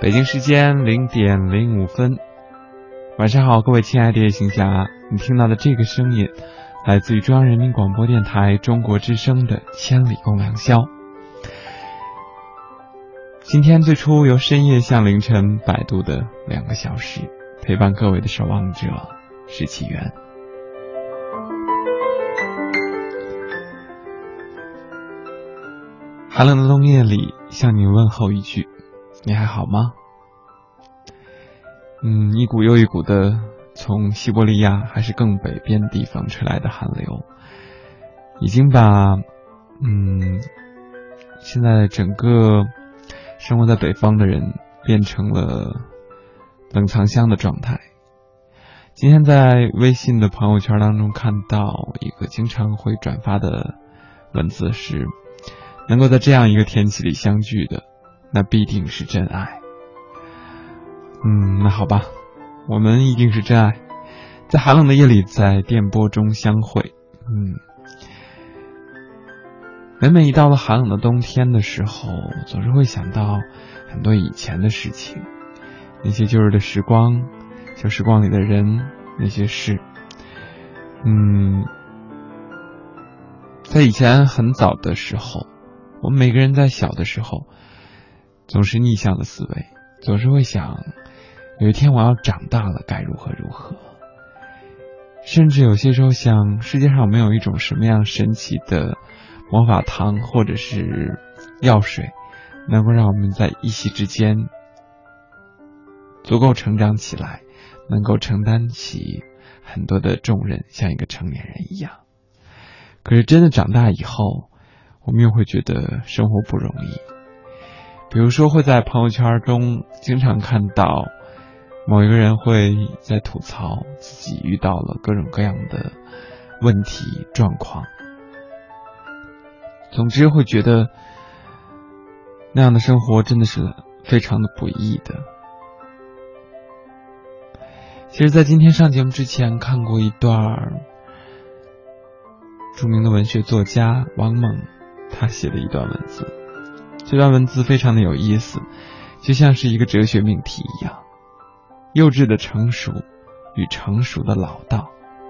北京时间0:05，晚上好，各位亲爱的夜行侠，你听到的这个声音来自于中央人民广播电台中国之声的千里共良宵。今天最初由深夜向凌晨摆渡的2个小时，陪伴各位的守望者是启源。寒冷的冬夜里，向你问候一句，你还好吗？一股又一股的从西伯利亚还是更北边地方吹来的寒流，已经把现在整个生活在北方的人变成了冷藏箱的状态。今天在微信的朋友圈当中看到一个经常会转发的文字是，能够在这样一个天气里相聚的，那必定是真爱。那好吧，我们一定是真爱，在寒冷的夜里在电波中相会。每一到了寒冷的冬天的时候，总是会想到很多以前的事情，那些旧日的时光，旧时光里的人，那些事。在以前很早的时候，我们每个人在小的时候总是逆向的思维，总是会想有一天我要长大了该如何如何，甚至有些时候想世界上有没有一种什么样神奇的魔法糖或者是药水，能够让我们在一夕之间足够成长起来，能够承担起很多的重任，像一个成年人一样。可是真的长大以后，我们又会觉得生活不容易。比如说会在朋友圈中经常看到某一个人会在吐槽自己遇到了各种各样的问题状况，总之会觉得那样的生活真的是非常的不易的。其实在今天上节目之前看过一段著名的文学作家王蒙他写的一段文字，这段文字非常的有意思，就像是一个哲学命题一样，幼稚的成熟与成熟的老道。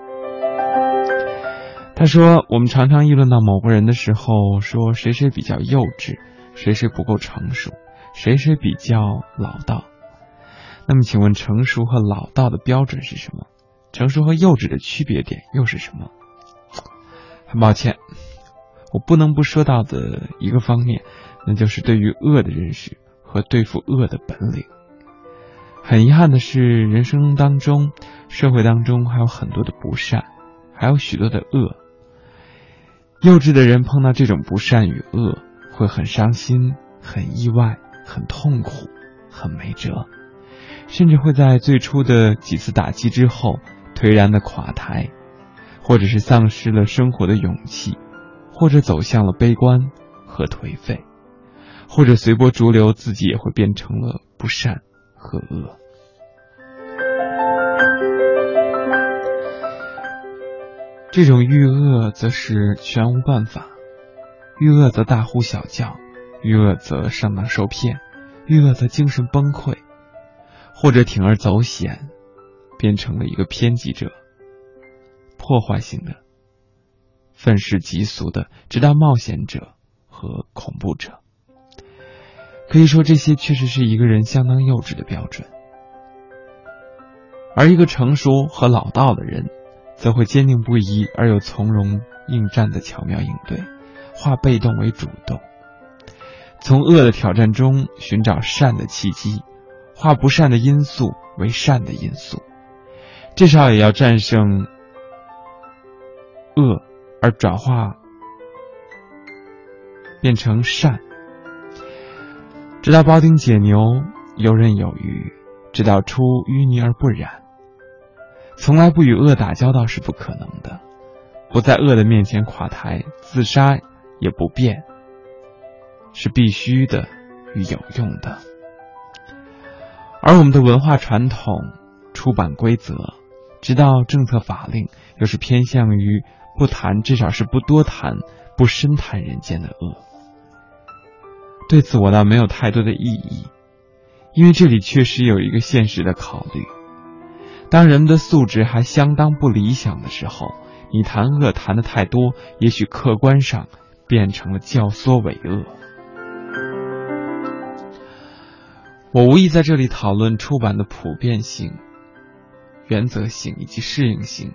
他说，我们常常议论到某个人的时候，说谁谁比较幼稚，谁谁不够成熟，谁谁比较老道。那么请问成熟和老道的标准是什么？成熟和幼稚的区别点又是什么？很抱歉，我不能不说到的一个方面，那就是对于恶的认识和对付恶的本领。很遗憾的是，人生当中，社会当中还有很多的不善，还有许多的恶。幼稚的人碰到这种不善与恶，会很伤心，很意外，很痛苦，很没辙，甚至会在最初的几次打击之后颓然的垮台，或者是丧失了生活的勇气，或者走向了悲观和颓废，或者随波逐流，自己也会变成了不善和恶。这种遇恶则是全无办法，遇恶则大呼小叫，遇恶则上当受骗，遇恶则精神崩溃，或者铤而走险，变成了一个偏激者，破坏性的，愤世嫉俗的，直到冒险者和恐怖者。可以说这些确实是一个人相当幼稚的标准。而一个成熟和老道的人则会坚定不移而又从容应战的巧妙应对，化被动为主动，从恶的挑战中寻找善的契机，化不善的因素为善的因素，至少也要战胜恶而转化变成善，直到庖丁解牛，游刃有余，直到出淤泥而不染。从来不与恶打交道是不可能的，不在恶的面前垮台，自杀也不变，是必须的与有用的。而我们的文化传统、出版规则，直到政策法令，又是偏向于不谈，至少是不多谈，不深谈人间的恶。对此我倒没有太多的异议， 因为这里确实有一个现实的考虑，当人们的素质还相当不理想的时候，你谈恶谈得太多，也许客观上变成了教唆伪恶。我无意在这里讨论出版的普遍性、原则性以及适应性，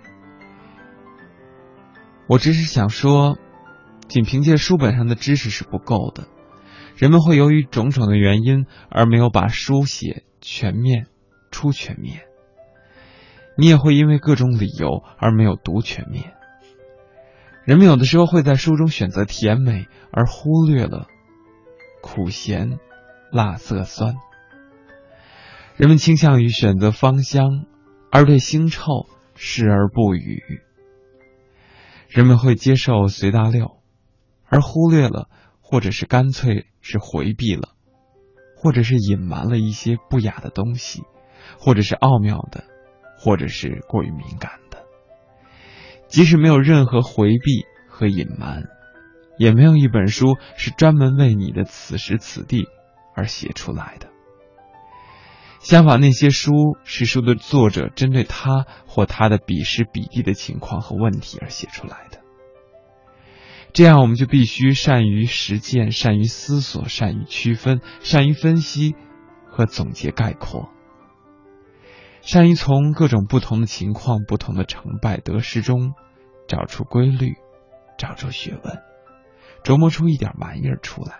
我只是想说，仅凭借书本上的知识是不够的，人们会由于种种的原因而没有把书写全面、出全面，你也会因为各种理由而没有读全面。人们有的时候会在书中选择甜美，而忽略了苦咸、辣涩酸。人们倾向于选择芳香，而对腥臭视而不语。人们会接受随大流，而忽略了，或者是干脆是回避了，或者是隐瞒了一些不雅的东西，或者是奥妙的，或者是过于敏感的。即使没有任何回避和隐瞒，也没有一本书是专门为你的此时此地而写出来的。相反，那些书是书的作者针对他或他的彼时彼地的情况和问题而写出来的。这样我们就必须善于实践，善于思索，善于区分，善于分析和总结概括，善于从各种不同的情况、不同的成败得失中找出规律，找出学问，琢磨出一点玩意儿出来。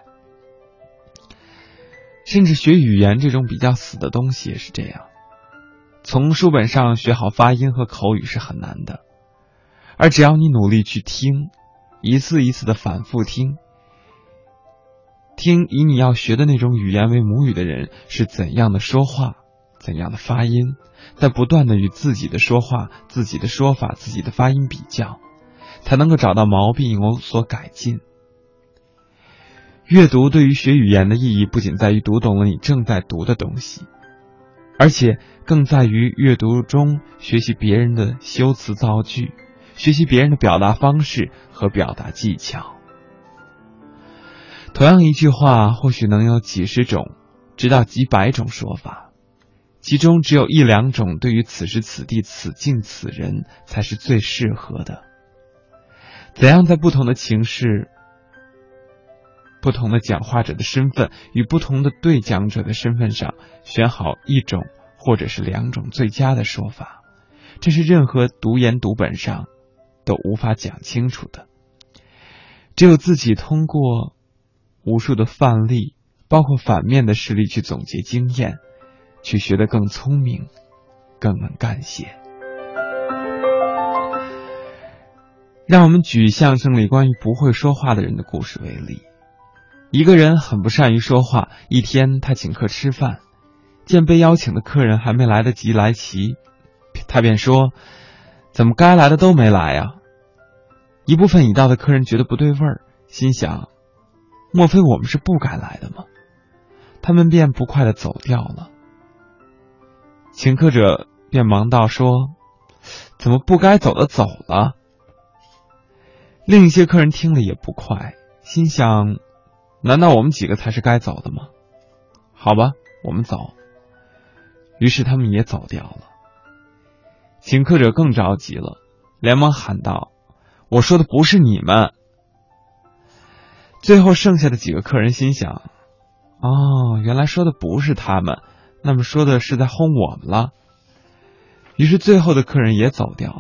甚至学语言这种比较死的东西也是这样，从书本上学好发音和口语是很难的，而只要你努力去听，一次一次的反复听以你要学的那种语言为母语的人是怎样的说话，怎样的发音，在不断的与自己的说话、自己的说法、自己的发音比较，才能够找到毛病，有所改进。阅读对于学语言的意义不仅在于读懂了你正在读的东西，而且更在于阅读中学习别人的修辞造句，学习别人的表达方式和表达技巧。同样一句话或许能有几十种直到几百种说法，其中只有一两种对于此时此地此境此人才是最适合的。怎样在不同的情势、不同的讲话者的身份与不同的对讲者的身份上选好一种或者是两种最佳的说法，这是任何读研读本上都无法讲清楚的。只有自己通过无数的范例，包括反面的事例去总结经验，去学得更聪明，更能干些。让我们举相声里关于不会说话的人的故事为例。一个人很不善于说话，一天他请客吃饭，见被邀请的客人还没来得及来齐，他便说：怎么该来的都没来呀？一部分已到的客人觉得不对味儿，心想莫非我们是不该来的吗？他们便不快地走掉了。请客者便忙道说：怎么不该走的走了？另一些客人听了也不快，心想难道我们几个才是该走的吗？好吧，我们走。于是他们也走掉了。请客者更着急了，连忙喊道：我说的不是你们。最后剩下的几个客人心想：哦，原来说的不是他们，那么说的是在轰我们了。于是最后的客人也走掉了。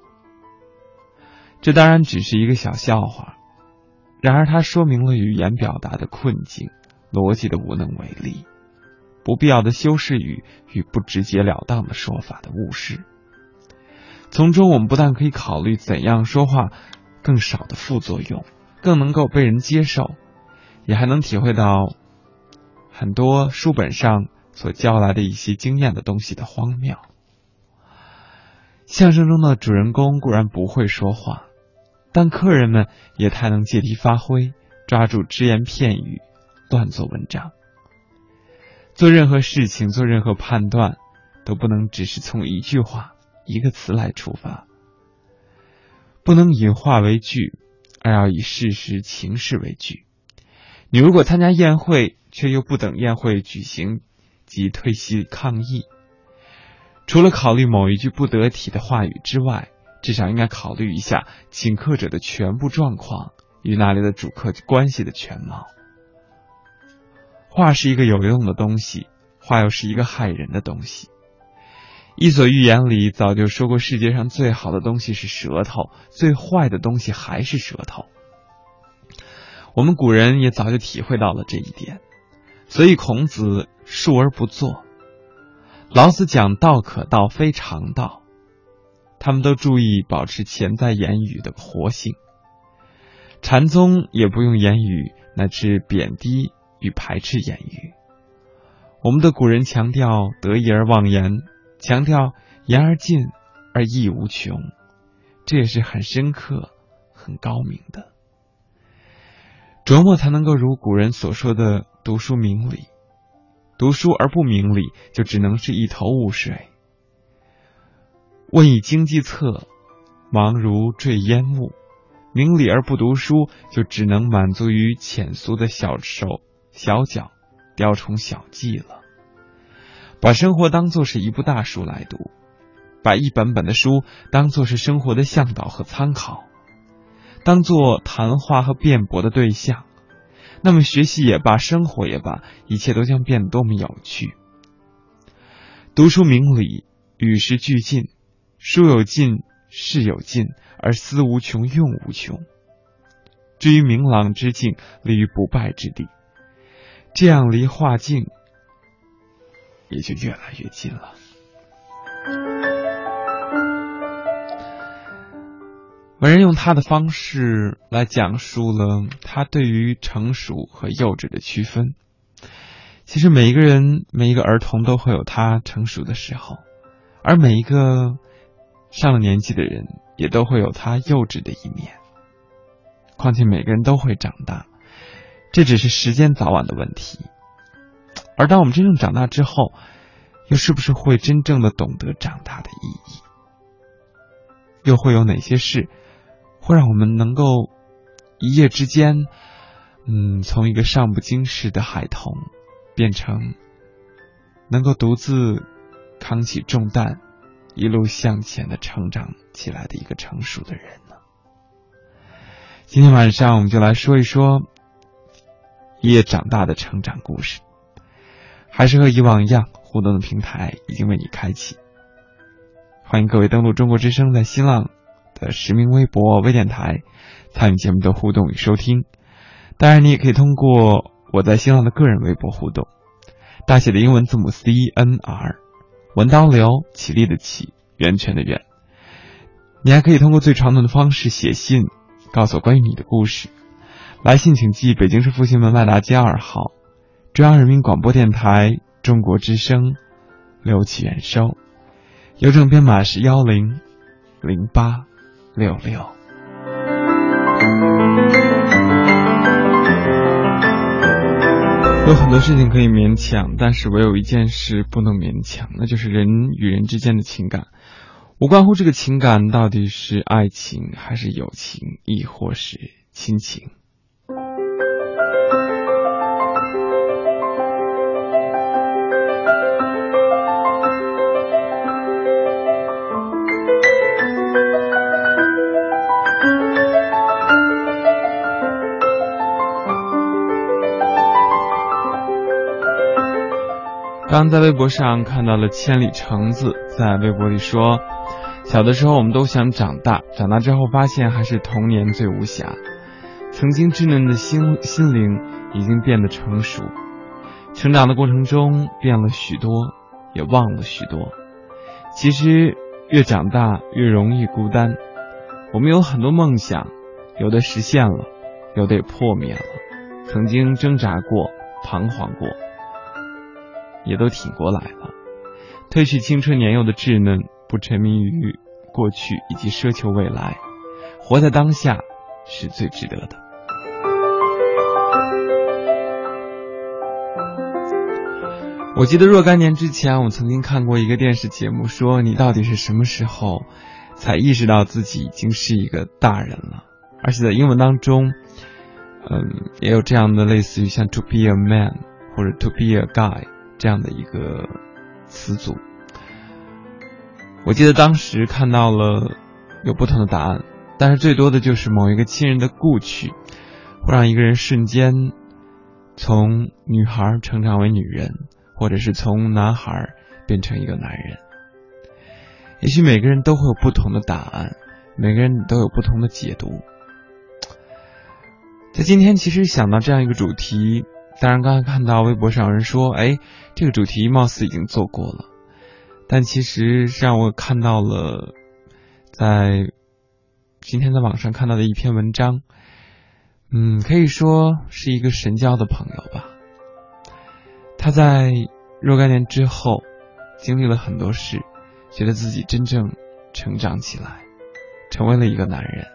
这当然只是一个小笑话，然而它说明了语言表达的困境，逻辑的无能为力，不必要的修饰语与不直截了当的说法的误事。从中我们不但可以考虑怎样说话更少的副作用，更能够被人接受，也还能体会到很多书本上所教来的一些经验的东西的荒谬。相声中的主人公固然不会说话，但客人们也太能借题发挥，抓住只言片语，乱做文章。做任何事情，做任何判断，都不能只是从一句话、一个词来出发，不能以话为据，而要以事实情势为据。你如果参加宴会，却又不等宴会举行及退席抗议。除了考虑某一句不得体的话语之外，至少应该考虑一下请客者的全部状况与那里的主客关系的全貌。话是一个有用的东西，话又是一个害人的东西。伊索寓言里早就说过，世界上最好的东西是舌头，最坏的东西还是舌头。我们古人也早就体会到了这一点，所以孔子述而不作，老子讲道可道非常道，他们都注意保持潜在言语的活性。禅宗也不用言语乃至贬低与排斥言语。我们的古人强调得意而忘言，强调言而尽而意无穷，这也是很深刻很高明的。琢磨才能够如古人所说的读书明理，读书而不明理，就只能是一头雾水。问以经济策，忙如坠烟雾，明理而不读书，就只能满足于浅俗的小手小脚，雕虫小技了。把生活当作是一部大书来读，把一本本的书当作是生活的向导和参考，当作谈话和辩驳的对象，那么学习也罢，生活也罢，一切都将变得多么有趣。读书明理，与时俱进，书有尽，事有尽，而思无穷，用无穷。至于明朗之境，立于不败之地，这样离化境也就越来越近了。文人用他的方式来讲述了他对于成熟和幼稚的区分。其实每一个人，每一个儿童都会有他成熟的时候，而每一个上了年纪的人也都会有他幼稚的一面。况且每个人都会长大，这只是时间早晚的问题。而当我们真正长大之后，又是不是会真正的懂得长大的意义？又会有哪些事会让我们能够一夜之间从一个尚不经事的孩童变成能够独自扛起重担一路向前的成长起来的一个成熟的人呢？今天晚上我们就来说一说一夜长大的成长故事。还是和以往一样，互动的平台已经为你开启，欢迎各位登录中国之声在新浪的实名微博微电台参与节目的互动与收听。当然你也可以通过我在新浪的个人微博互动，大写的英文字母 CNR， 文刀流，起立的起，源泉的源。你还可以通过最传统的方式写信告诉我关于你的故事。来信请寄北京市复兴门外大街2号中央人民广播电台中国之声，刘启元收，邮政编码是100866。有很多事情可以勉强，但是唯有一件事不能勉强，那就是人与人之间的情感。无关乎这个情感到底是爱情还是友情，亦或是亲情。刚在微博上看到了千里橙子在微博里说，小的时候我们都想长大，长大之后发现还是童年最无暇，曾经稚嫩的心灵已经变得成熟，成长的过程中变了许多，也忘了许多。其实越长大越容易孤单，我们有很多梦想，有的实现了，有的也破灭了，曾经挣扎过，彷徨过，也都挺过来了。褪去青春年幼的稚嫩，不沉迷于过去以及奢求未来，活在当下是最值得的。我记得若干年之前，我曾经看过一个电视节目，说你到底是什么时候才意识到自己已经是一个大人了。而且在英文当中也有这样的类似于像 to be a man 或者 to be a guy 这样的一个词组。我记得当时看到了有不同的答案，但是最多的就是某一个亲人的故去会让一个人瞬间从女孩成长为女人，或者是从男孩变成一个男人。也许每个人都会有不同的答案，每个人都有不同的解读。在今天其实想到这样一个主题，当然刚才看到微博上有人说这个主题貌似已经做过了，但其实让我看到了在今天在网上看到的一篇文章，可以说是一个神交的朋友吧。他在若干年之后经历了很多事，觉得自己真正成长起来，成为了一个男人。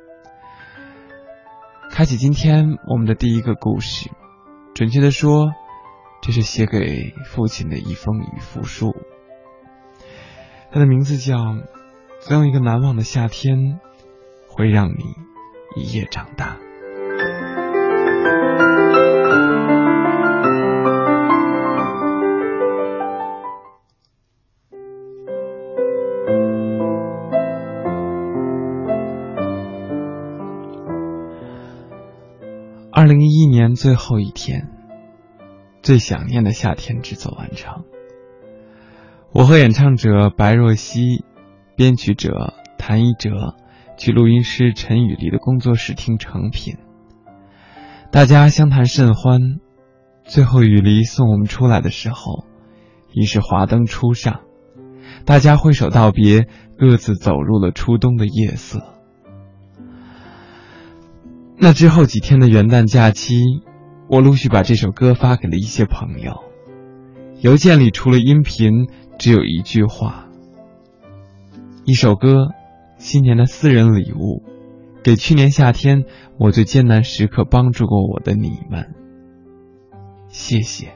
开启今天我们的第一个故事，准确的说，这是写给父亲的一封语复述。它的名字叫《总有一个难忘的夏天会让你一夜长大》。2011年最后一天，最想念的夏天制作完成。我和演唱者白若曦、编曲者谭一哲去录音师陈雨丽的工作室听成品，大家相谈甚欢。最后雨丽送我们出来的时候，已是华灯初上，大家挥手道别，各自走入了初冬的夜色。那之后几天的元旦假期，我陆续把这首歌发给了一些朋友，邮件里除了音频只有一句话：一首歌，新年的私人礼物，给去年夏天我最艰难时刻帮助过我的你们，谢谢。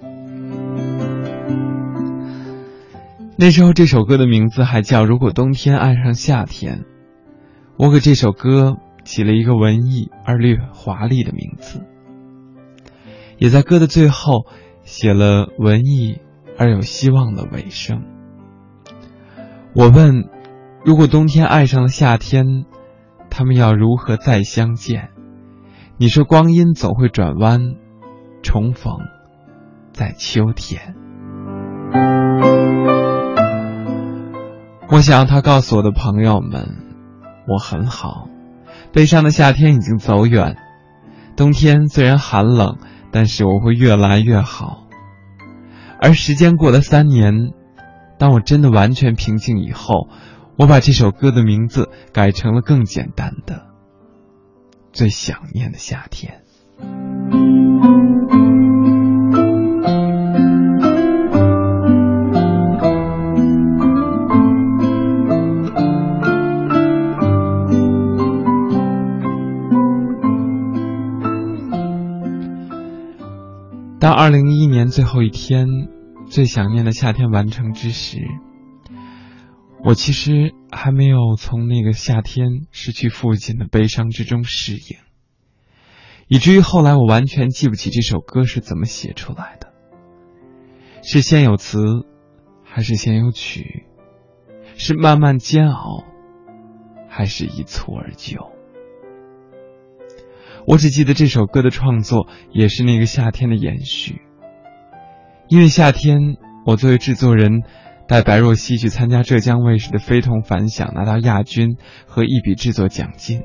那时候这首歌的名字还叫《如果冬天爱上夏天》，我给这首歌起了一个文艺而略华丽的名字，也在歌的最后写了文艺而有希望的尾声。我问，如果冬天爱上了夏天，他们要如何再相见？你说光阴总会转弯，重逢在秋天。我想要他告诉我的朋友们，我很好，悲伤的夏天已经走远，冬天虽然寒冷，但是我会越来越好。而时间过了3年，当我真的完全平静以后，我把这首歌的名字改成了更简单的最想念的夏天。当2011年最后一天，最想念的夏天完成之时，我其实还没有从那个夏天失去父亲的悲伤之中适应，以至于后来我完全记不起这首歌是怎么写出来的，是先有词还是先有曲，是慢慢煎熬还是一蹴而就。我只记得这首歌的创作也是那个夏天的延续，因为夏天我作为制作人带白若曦去参加浙江卫视的非同凡响，拿到亚军和一笔制作奖金。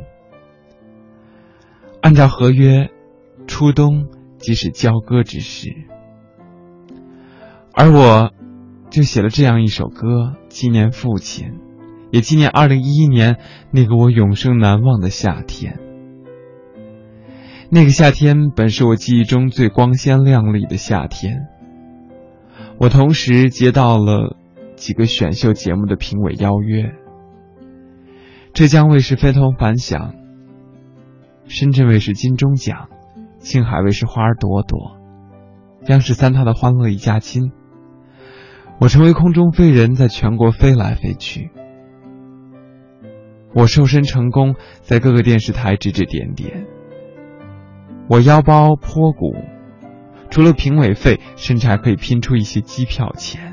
按照合约，初冬即是交歌之时，而我就写了这样一首歌，纪念父亲，也纪念2011年那个我永生难忘的夏天。那个夏天本是我记忆中最光鲜亮丽的夏天，我同时接到了几个选秀节目的评委邀约，浙江卫视非同凡响，深圳卫视金钟奖，青海卫视花儿朵朵，央视3套的欢乐一家亲。我成为空中飞人，在全国飞来飞去。我瘦身成功，在各个电视台指指点点。我腰包颇鼓， 除了评委费，甚至还可以拼出一些机票钱。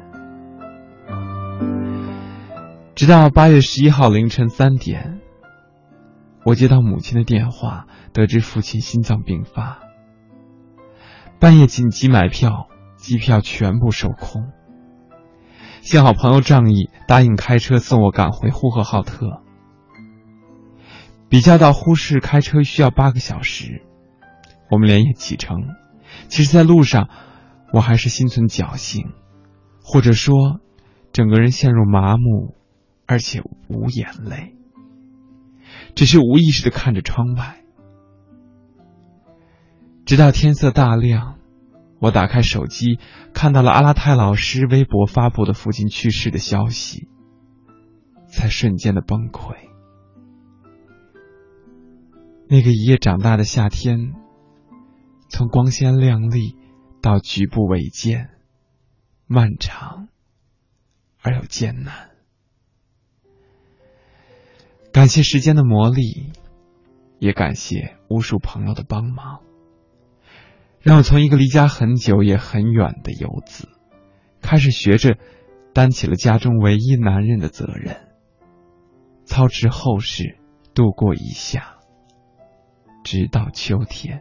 直到8月11号凌晨3点，我接到母亲的电话，得知父亲心脏病发。半夜紧急买票，机票全部售空。幸好朋友仗义，答应开车送我赶回呼和浩特。比较到呼市开车需要8个小时，我们连夜启程。其实在路上我还是心存侥幸，或者说整个人陷入麻木，而且无眼泪，只是无意识地看着窗外。直到天色大亮，我打开手机，看到了阿拉泰老师微博发布的父亲去世的消息，才瞬间的崩溃。那个一夜长大的夏天，从光鲜亮丽到举步维艰，漫长而又艰难。感谢时间的磨砺，也感谢无数朋友的帮忙，让我从一个离家很久也很远的游子，开始学着担起了家中唯一男人的责任，操持后事，度过一夏，直到秋天。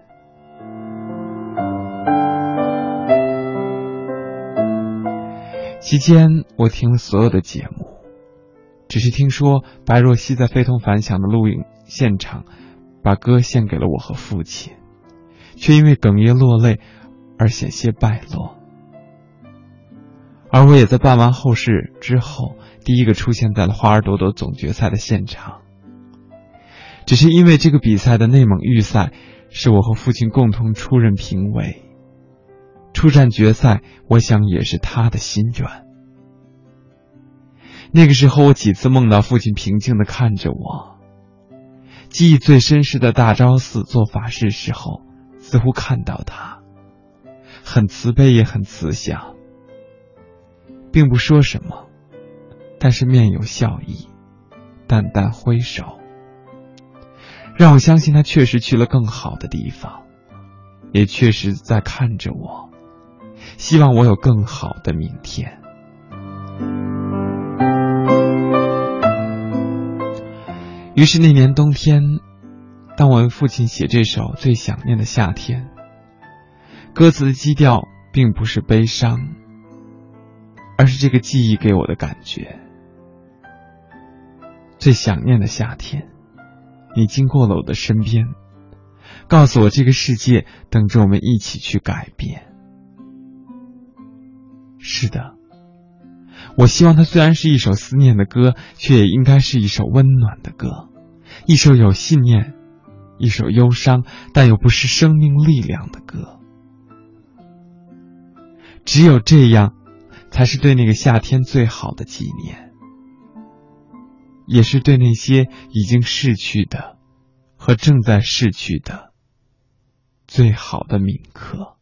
期间我听了所有的节目，只是听说白若曦在非同凡响的录影现场把歌献给了我和父亲，却因为哽咽落泪而险些败落。而我也在办完后事之后，第一个出现在了花儿朵朵总决赛的现场。只是因为这个比赛的内蒙预赛是我和父亲共同出任评委，出战决赛我想也是他的心愿。那个时候我几次梦到父亲平静地看着我，记忆最深是在大昭寺做法事时候，似乎看到他很慈悲也很慈祥，并不说什么，但是面有笑意，淡淡挥手，让我相信他确实去了更好的地方，也确实在看着我，希望我有更好的明天。于是那年冬天，当我为父亲写这首《最想念的夏天》，歌词的基调并不是悲伤，而是这个记忆给我的感觉。最想念的夏天，你经过了我的身边，告诉我这个世界等着我们一起去改变。是的，我希望它虽然是一首思念的歌，却也应该是一首温暖的歌，一首有信念，一首忧伤但又不失生命力量的歌。只有这样，才是对那个夏天最好的纪念，也是对那些已经逝去的和正在逝去的最好的铭刻。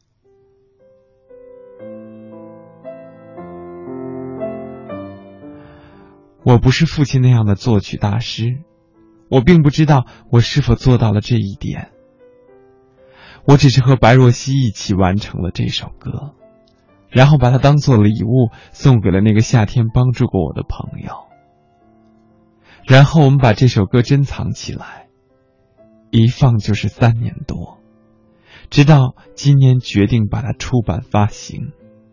我不是父亲那样的作曲大师，我并不知道我是否做到了这一点，我只是和白若曦一起完成了这首歌，然后把它当做礼物送给了那个夏天帮助过我的朋友。然后我们把这首歌珍藏起来，一放就是3年多，直到今年决定把它出版发行。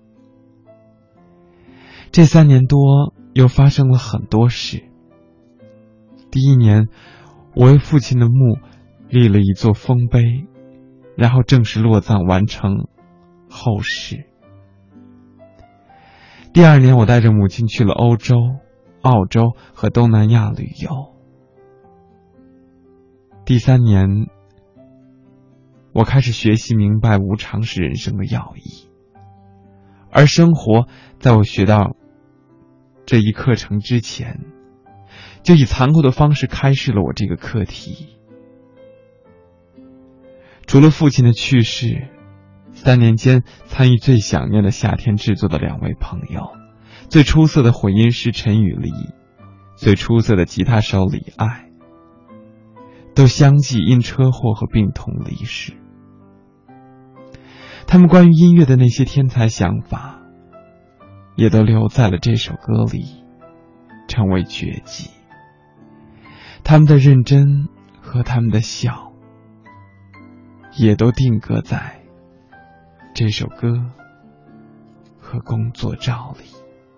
这3年多又发生了很多事。第一年，我为父亲的墓立了一座丰碑，然后正式落葬完成后事。第2年，我带着母亲去了欧洲、澳洲和东南亚旅游。第3年，我开始学习明白无常是人生的要义，而生活在我学到这一课程之前，就以残酷的方式开示了我这个课题。除了父亲的去世，3年间参与最想念的夏天制作的2位朋友，最出色的混音师陈雨丽，最出色的吉他手李艾，都相继因车祸和病痛离世。 他们关于音乐的那些天才想法，也都留在了这首歌里，成为绝技。他们的认真和他们的笑，也都定格在这首歌和工作照里。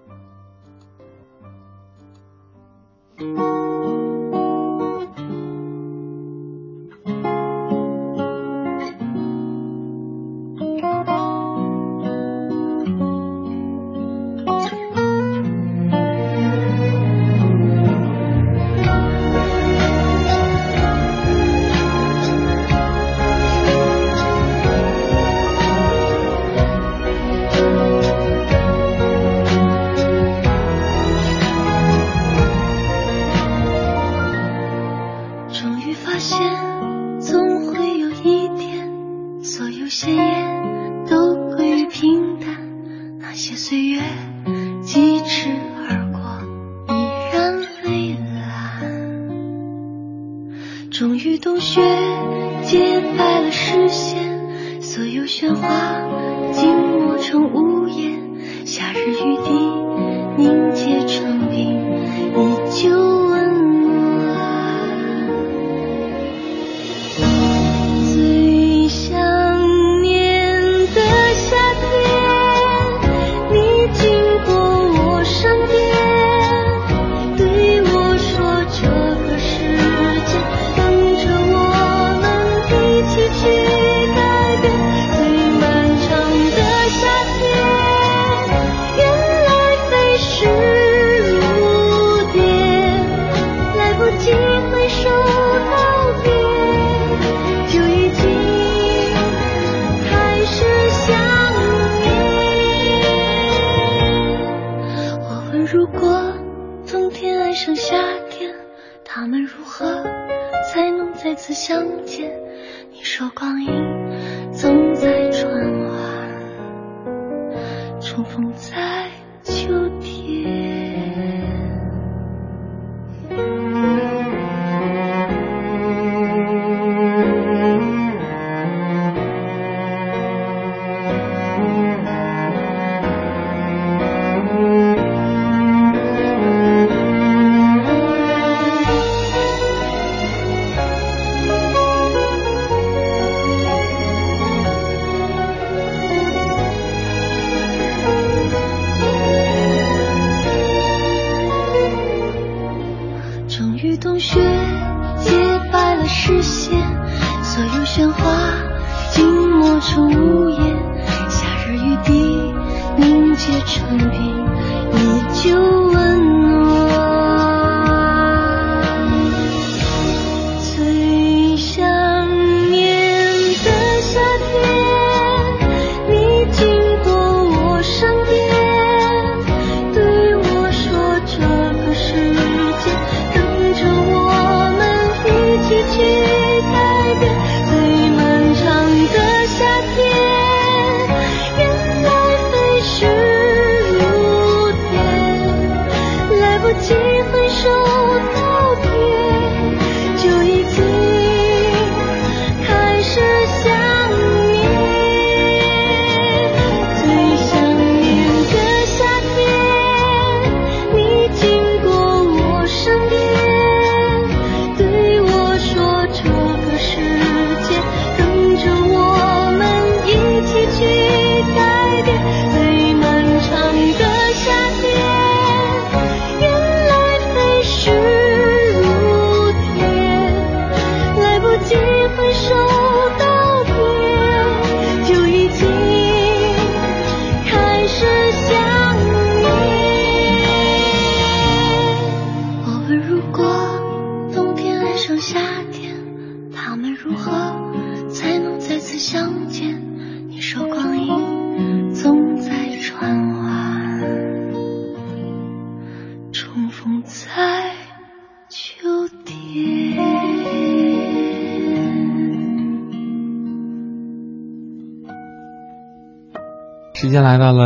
时间来到了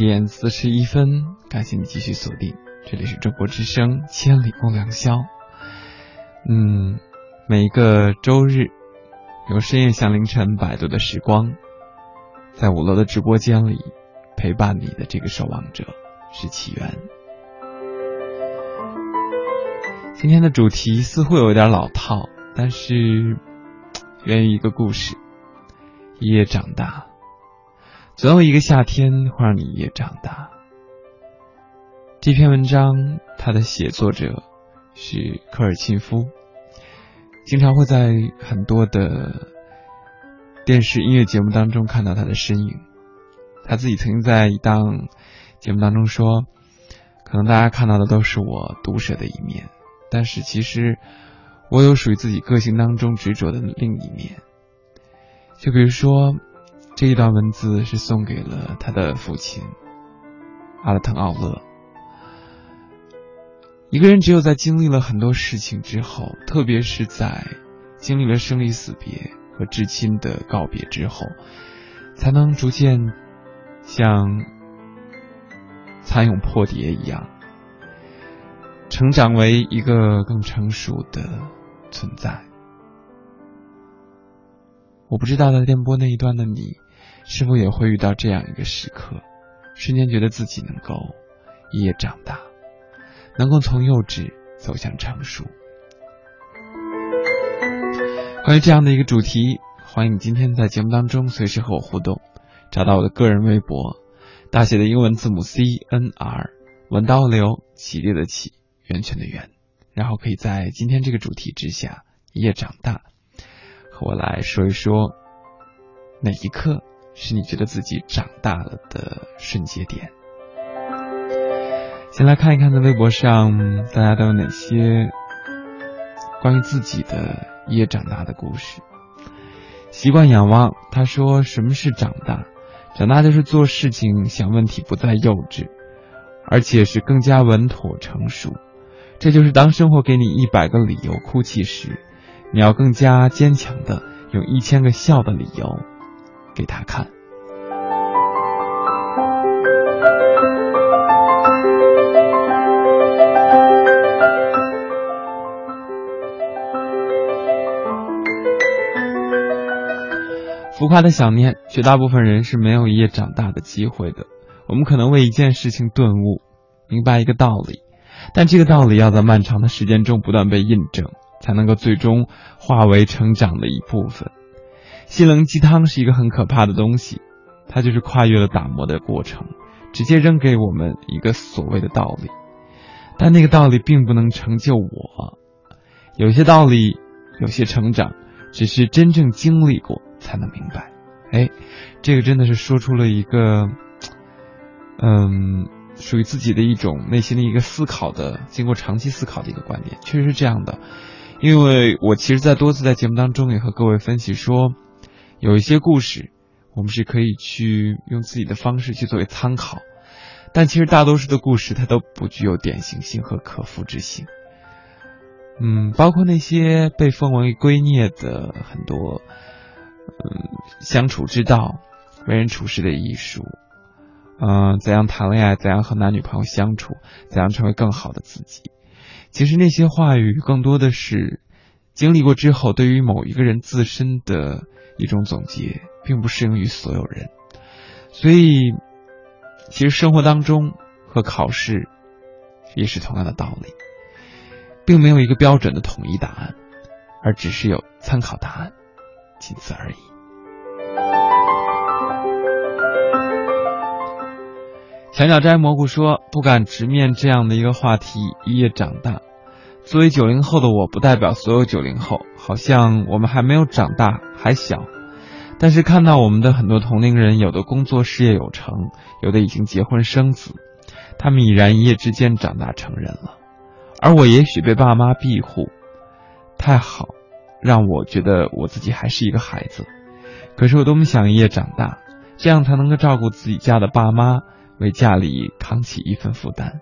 0:41，感谢你继续锁定，这里是中国之声千里共良宵。每一个周日有深夜向凌晨摆渡的时光， 在5楼的直播间里陪伴你的这个守望者是起源。今天的主题似乎有点老套，但是源于一个故事，一夜长大。总有一个夏天会让你一夜长大。这篇文章它的写作者是科尔沁夫，经常会在很多的电视音乐节目当中看到他的身影。他自己曾经在一档节目当中说，可能大家看到的都是我毒舌的一面，但是其实我有属于自己个性当中执着的另一面。就比如说这一段文字是送给了他的父亲阿勒腾奥勒。一个人只有在经历了很多事情之后，特别是在经历了生离死别和至亲的告别之后，才能逐渐像蚕蛹破蝶一样成长为一个更成熟的存在。我不知道在电波那一端的你是否也会遇到这样一个时刻，瞬间觉得自己能够一夜长大，能够从幼稚走向成熟。关于这样的一个主题，欢迎你今天在节目当中随时和我互动，找到我的个人微博，大写的英文字母 CNR， 文刀流，起列的起，源泉的源，然后可以在今天这个主题之下一夜长大，和我来说一说哪一刻是你觉得自己长大了的瞬间点。先来看一看在微博上大家都有哪些关于自己的一夜长大的故事。习惯仰望他说，什么是长大？长大就是做事情想问题不再幼稚，而且是更加稳妥成熟。这就是当生活给你100个理由哭泣时，你要更加坚强的用1000个笑的理由给他看。浮夸的想念，绝大部分人是没有一夜长大的机会的。我们可能为一件事情顿悟，明白一个道理，但这个道理要在漫长的时间中不断被印证，才能够最终化为成长的一部分。心灵鸡汤是一个很可怕的东西，它就是跨越了打磨的过程，直接扔给我们一个所谓的道理，但那个道理并不能成就我。有些道理，有些成长，只是真正经历过才能明白。这个真的是说出了一个属于自己的一种内心的一个思考的，经过长期思考的一个观点。确实是这样的，因为我其实在多次在节目当中也和各位分析说，有一些故事我们是可以去用自己的方式去作为参考，但其实大多数的故事它都不具有典型性和可复制性。包括那些被奉为圭臬的很多相处之道，为人处事的艺术，怎样谈恋爱，怎样和男女朋友相处，怎样成为更好的自己。其实那些话语更多的是经历过之后对于某一个人自身的一种总结，并不适用于所有人。所以其实生活当中和考试也是同样的道理，并没有一个标准的统一答案，而只是有参考答案，仅此而已。小鸟摘蘑菇说，不敢直面这样的一个话题，一夜长大。作为90后的我，不代表所有90后，好像我们还没有长大，还小。但是看到我们的很多同龄人，有的工作事业有成，有的已经结婚生子，他们已然一夜之间长大成人了，而我也许被爸妈庇护，太好，让我觉得我自己还是一个孩子。可是我多么想一夜长大，这样才能够照顾自己家的爸妈，为家里扛起一份负担。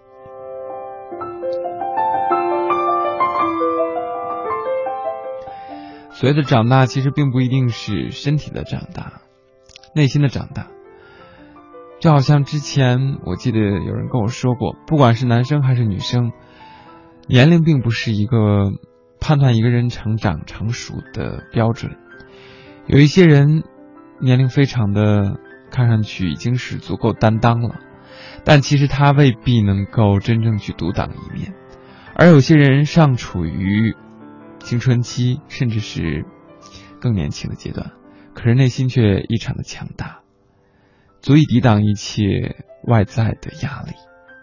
所谓的长大，其实并不一定是身体的长大，内心的长大。就好像之前我记得有人跟我说过，不管是男生还是女生，年龄并不是一个判断一个人成长成熟的标准。有一些人年龄非常的看上去已经是足够担当了，但其实他未必能够真正去独当一面。而有些人尚处于青春期，甚至是更年轻的阶段，可是内心却异常的强大，足以抵挡一切外在的压力。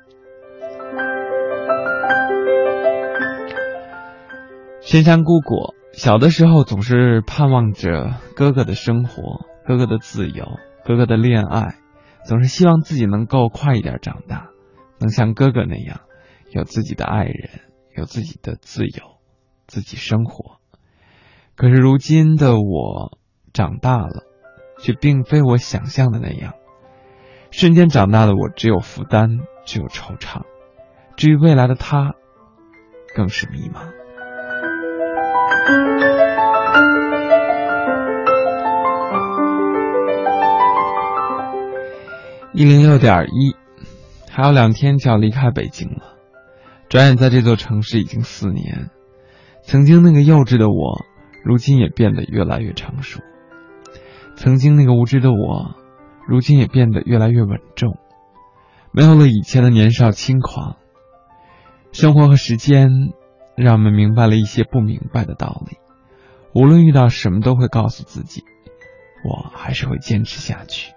深山姑果小的时候总是盼望着哥哥的生活，哥哥的自由，哥哥的恋爱，总是希望自己能够快一点长大，能像哥哥那样有自己的爱人，有自己的自由，自己生活。可是如今的我长大了，却并非我想象的那样。瞬间长大的我只有负担，只有惆怅，至于未来的他更是迷茫。106.1，还有2天就要离开北京了。转眼在这座城市已经4年，曾经那个幼稚的我，如今也变得越来越成熟；曾经那个无知的我，如今也变得越来越稳重，没有了以前的年少轻狂。生活和时间让我们明白了一些不明白的道理，无论遇到什么都会告诉自己，我还是会坚持下去。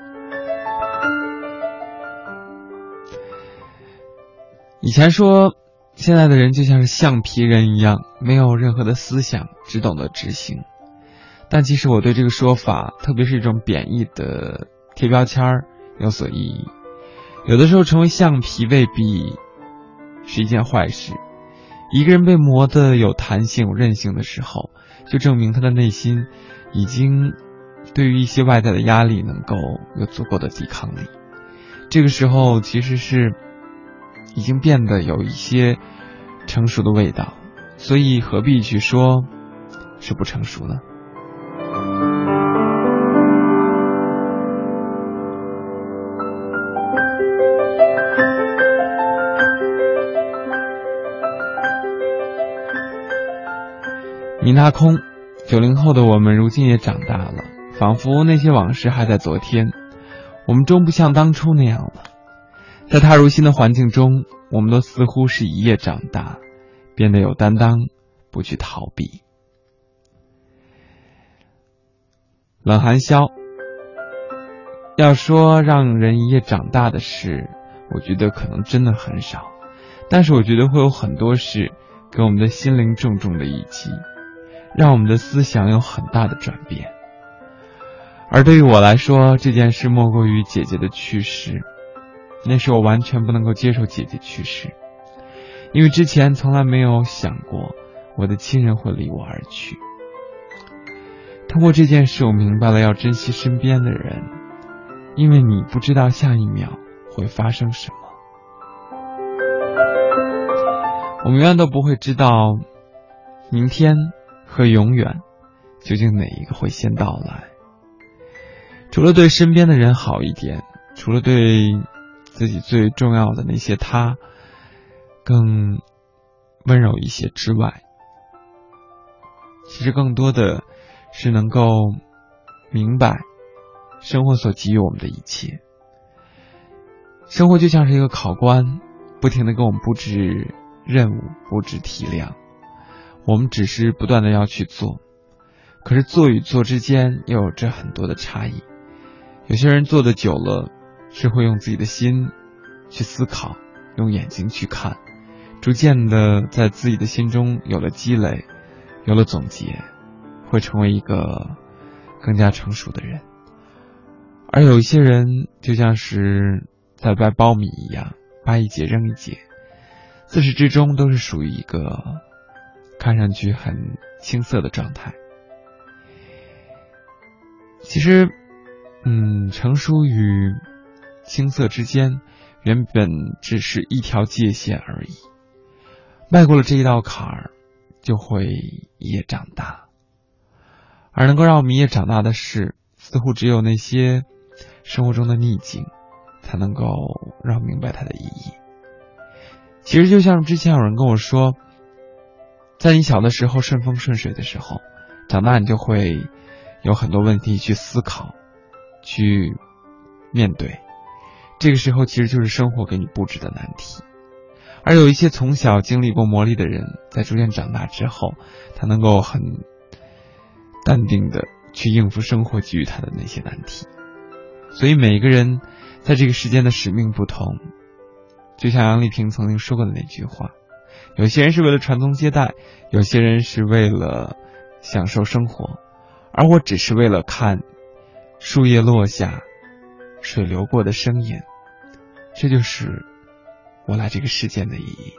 以前说现在的人就像是橡皮人一样，没有任何的思想，只懂得执行。但其实我对这个说法，特别是这种贬义的贴标签有所异议。有的时候成为橡皮未必是一件坏事，一个人被磨得有弹性有韧性的时候，就证明他的内心已经对于一些外在的压力能够有足够的抵抗力。这个时候其实是已经变得有一些成熟的味道，所以何必去说是不成熟呢？米大空，90后的我们如今也长大了，仿佛那些往事还在昨天，我们终不像当初那样了。在踏入新的环境中，我们都似乎是一夜长大，变得有担当，不去逃避。冷寒宵，要说让人一夜长大的事，我觉得可能真的很少，但是我觉得会有很多事给我们的心灵重重的一击，让我们的思想有很大的转变。而对于我来说，这件事莫过于姐姐的去世。那时我完全不能够接受姐姐去世，因为之前从来没有想过我的亲人会离我而去。通过这件事，我明白了要珍惜身边的人，因为你不知道下一秒会发生什么。我们永远都不会知道明天和永远究竟哪一个会先到来。除了对身边的人好一点，除了对自己最重要的那些他更温柔一些之外，其实更多的是能够明白生活所给予我们的一切。生活就像是一个考官，不停地给我们布置任务，布置体量，我们只是不断地要去做，可是做与做之间又有着很多的差异。有些人做的久了，是会用自己的心去思考，用眼睛去看，逐渐的在自己的心中有了积累，有了总结，会成为一个更加成熟的人。而有一些人就像是在掰苞米一样，掰一节扔一节，自始至终都是属于一个看上去很青涩的状态。其实成熟与青涩之间原本只是一条界限而已，迈过了这一道坎儿，就会一夜长大。而能够让我们一夜长大的事，似乎只有那些生活中的逆境才能够让我明白它的意义。其实就像之前有人跟我说，在你小的时候顺风顺水的时候，长大你就会有很多问题去思考，去面对。这个时候其实就是生活给你布置的难题。而有一些从小经历过磨砺的人，在逐渐长大之后，他能够很淡定的去应付生活给予他的那些难题。所以每个人在这个世间的使命不同，就像杨丽萍曾经说过的那句话，有些人是为了传宗接代，有些人是为了享受生活，而我只是为了看树叶落下，水流过的声音。这就是我来这个世间的意义。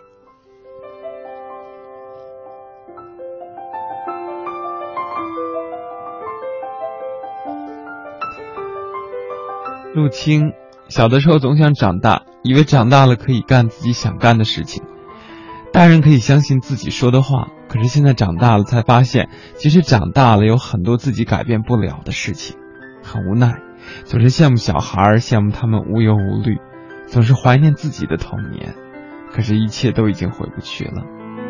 陆清，小的时候总想长大，以为长大了可以干自己想干的事情，大人可以相信自己说的话，可是现在长大了才发现，其实长大了有很多自己改变不了的事情，很无奈，总是羡慕小孩，羡慕他们无忧无虑，总是怀念自己的童年，可是一切都已经回不去了。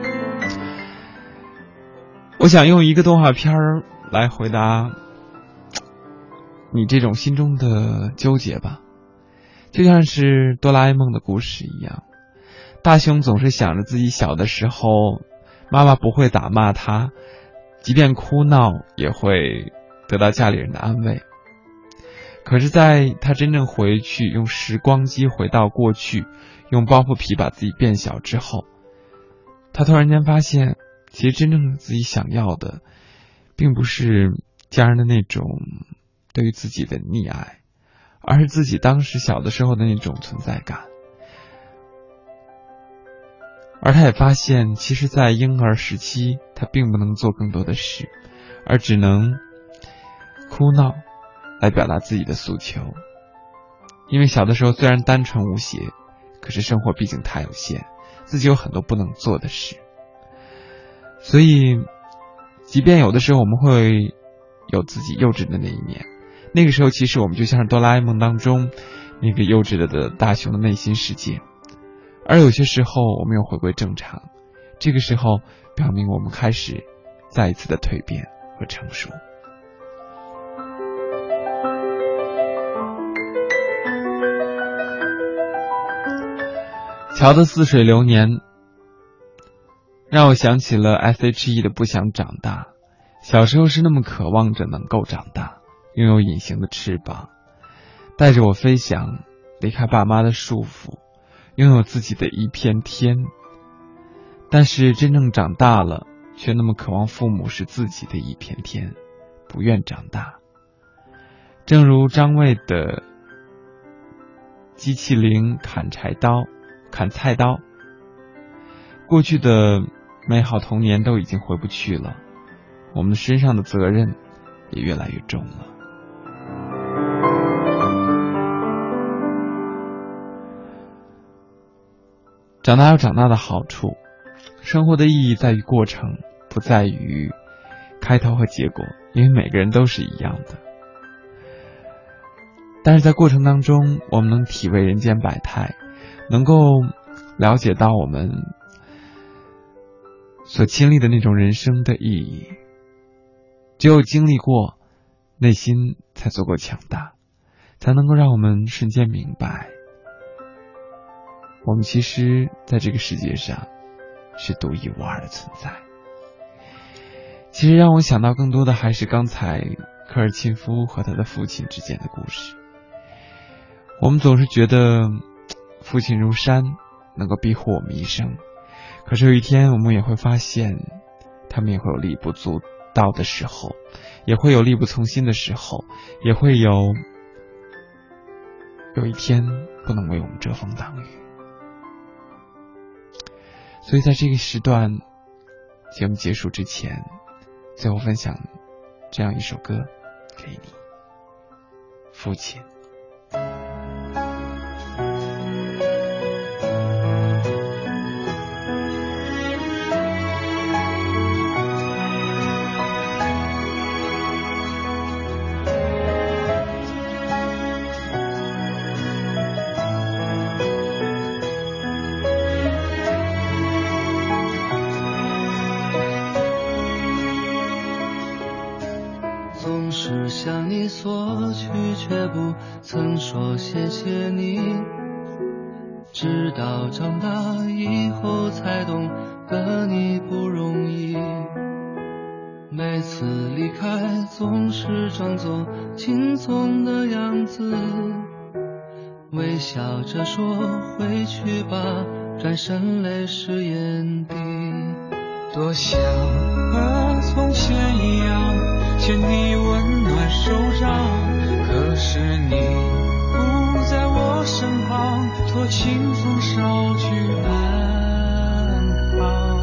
我想用一个动画片来回答你这种心中的纠结吧，就像是哆啦 A 梦的故事一样，大雄总是想着自己小的时候妈妈不会打骂他，即便哭闹也会得到家里人的安慰。可是在他真正回去用时光机回到过去，用包袱皮把自己变小之后，他突然间发现，其实真正自己想要的并不是家人的那种对于自己的溺爱，而是自己当时小的时候的那种存在感。而他也发现，其实在婴儿时期他并不能做更多的事，而只能哭闹来表达自己的诉求。因为小的时候虽然单纯无邪，可是生活毕竟太有限，自己有很多不能做的事。所以即便有的时候我们会有自己幼稚的那一面，那个时候其实我们就像是哆啦 A 梦当中那个幼稚的大雄的内心世界，而有些时候我们又回归正常，这个时候表明我们开始再一次的蜕变和成熟。乔的似水流年让我想起了 S.H.E 的不想长大。小时候是那么渴望着能够长大，拥有隐形的翅膀，带着我飞翔，离开爸妈的束缚，拥有自己的一片天。但是真正长大了，却那么渴望父母是自己的一片天，不愿长大。正如张卫的机器灵砍菜刀，过去的美好童年都已经回不去了，我们身上的责任也越来越重了。长大有长大的好处，生活的意义在于过程，不在于开头和结果，因为每个人都是一样的。但是在过程当中，我们能体味人间百态，能够了解到我们所经历的那种人生的意义。只有经历过，内心才足够强大，才能够让我们瞬间明白，我们其实在这个世界上是独一无二的存在。其实让我想到更多的还是刚才科尔沁夫和他的父亲之间的故事。我们总是觉得父亲如山，能够庇护我们一生，可是有一天我们也会发现，他们也会有力不足到的时候，也会有力不从心的时候，也会有一天不能为我们遮风挡雨。所以在这个时段节目结束之前，最后分享这样一首歌给你，父亲。 总是你索取，却不曾说谢谢你。直到长大以后才懂得你不容易，每次离开总是装作轻松的样子，微笑着说回去吧，转身泪湿眼底。 多想和从前一样牵你温暖手掌，可是你不在我身旁，托清风捎去安康。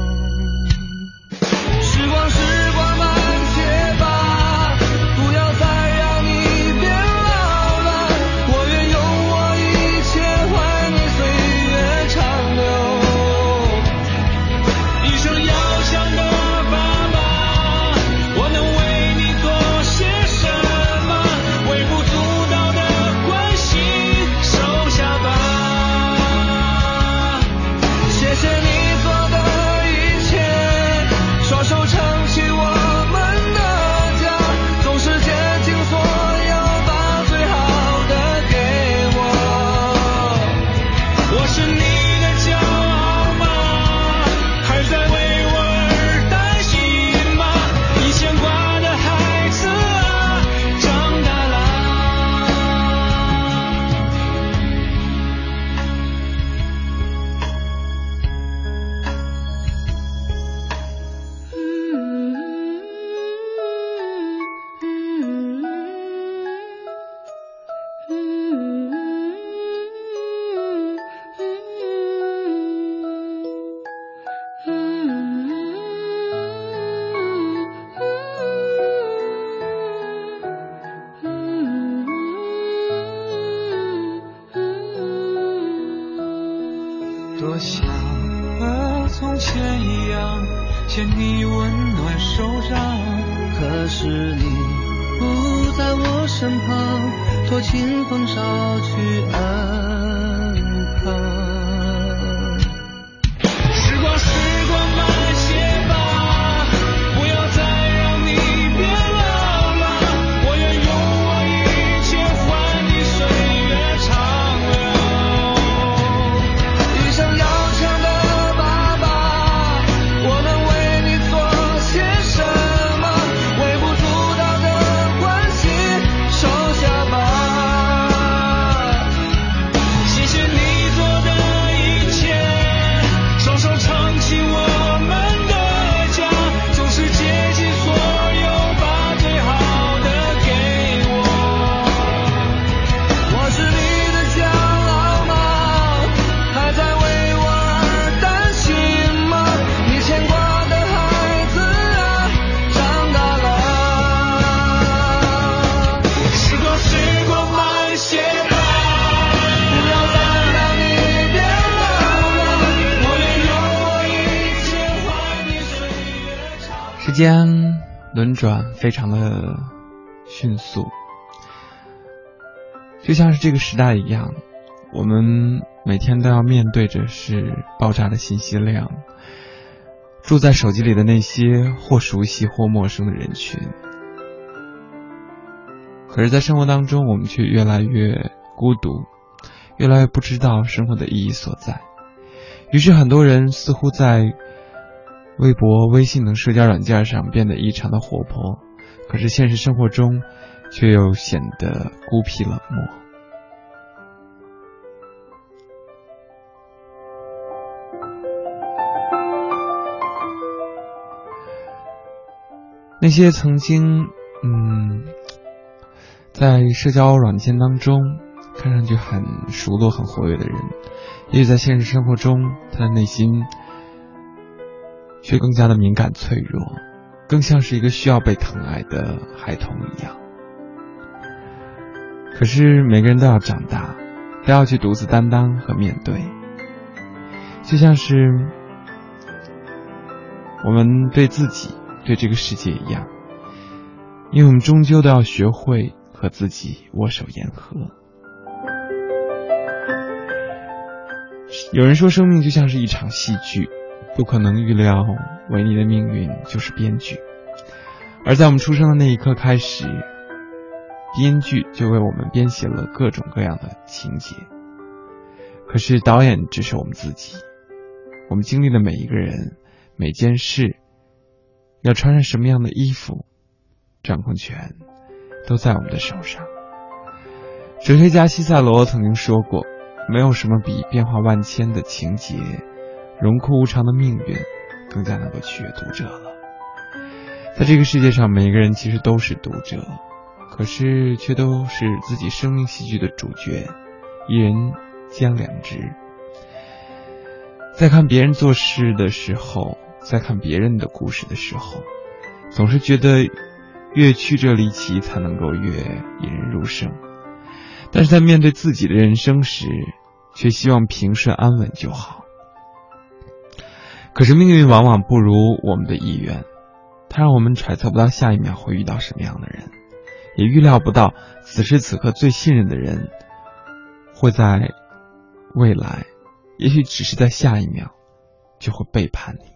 时光慢些吧，不要再让你变老了，我愿用我一切换你岁月长流。 一生要强的爸爸，我能为你做些什么？微不足道的关心收下吧。 谢谢你做的一切，双手撑起我们的家，总是竭尽所有把最好的给我。 我是你的骄傲吗？还在为我而担心吗？你牵挂的孩子啊，长大啦。多想和从前一样牵你温暖手掌， 可是你不在我身旁，托清风捎去安康。 时光慢些吧，不要再让你变老了，我愿用我一切换你岁月长流。 一生要强的爸爸，我能为你做些什么？微不足道的关心收下吧。 谢谢你做的一切，双手撑起我们的家，总是竭尽所有把最好的给我。 我是你的骄傲吗？还在为我而担心吗？你牵挂的孩子啊，长大了。 时光慢些吧， 不要再让你变老了，我愿用我一切换你岁月长。 时间轮转非常的迅速，就像是这个时代一样，我们每天都要面对着是爆炸的信息量，住在手机里的那些或熟悉或陌生的人群。可是在生活当中，我们却越来越孤独，越来越不知道生活的意义所在。于是很多人似乎在微博、微信等社交软件上变得异常的活泼，可是现实生活中却又显得孤僻冷漠。那些曾经在社交软件当中看上去很熟络很活跃的人，也许在现实生活中他的内心却更加的敏感脆弱，更像是一个需要被疼爱的孩童一样。可是每个人都要长大，都要去独自担当和面对，就像是我们对自己对这个世界一样，因为我们终究都要学会和自己握手言和。有人说生命就像是一场戏剧，不可能预料维尼的命运就是编剧。而在我们出生的那一刻开始， 编剧就为我们编写了各种各样的情节。可是导演只是我们自己，我们经历的每一个人、每件事，要穿上什么样的衣服，掌控权都在我们的手上。哲学家西塞罗曾经说过，没有什么比变化万千的情节、荣枯无常的命运更加能够取悦读者了。在这个世界上，每一个人其实都是读者，可是却都是自己生命戏剧的主角，一人将两职。在看别人做事的时候，在看别人的故事的时候，总是觉得越曲折离奇才能够越引人入胜，但是在面对自己的人生时，却希望平顺安稳就好。可是命运往往不如我们的意愿，它让我们揣测不到下一秒会遇到什么样的人，也预料不到此时此刻最信任的人会在未来，也许只是在下一秒就会背叛你。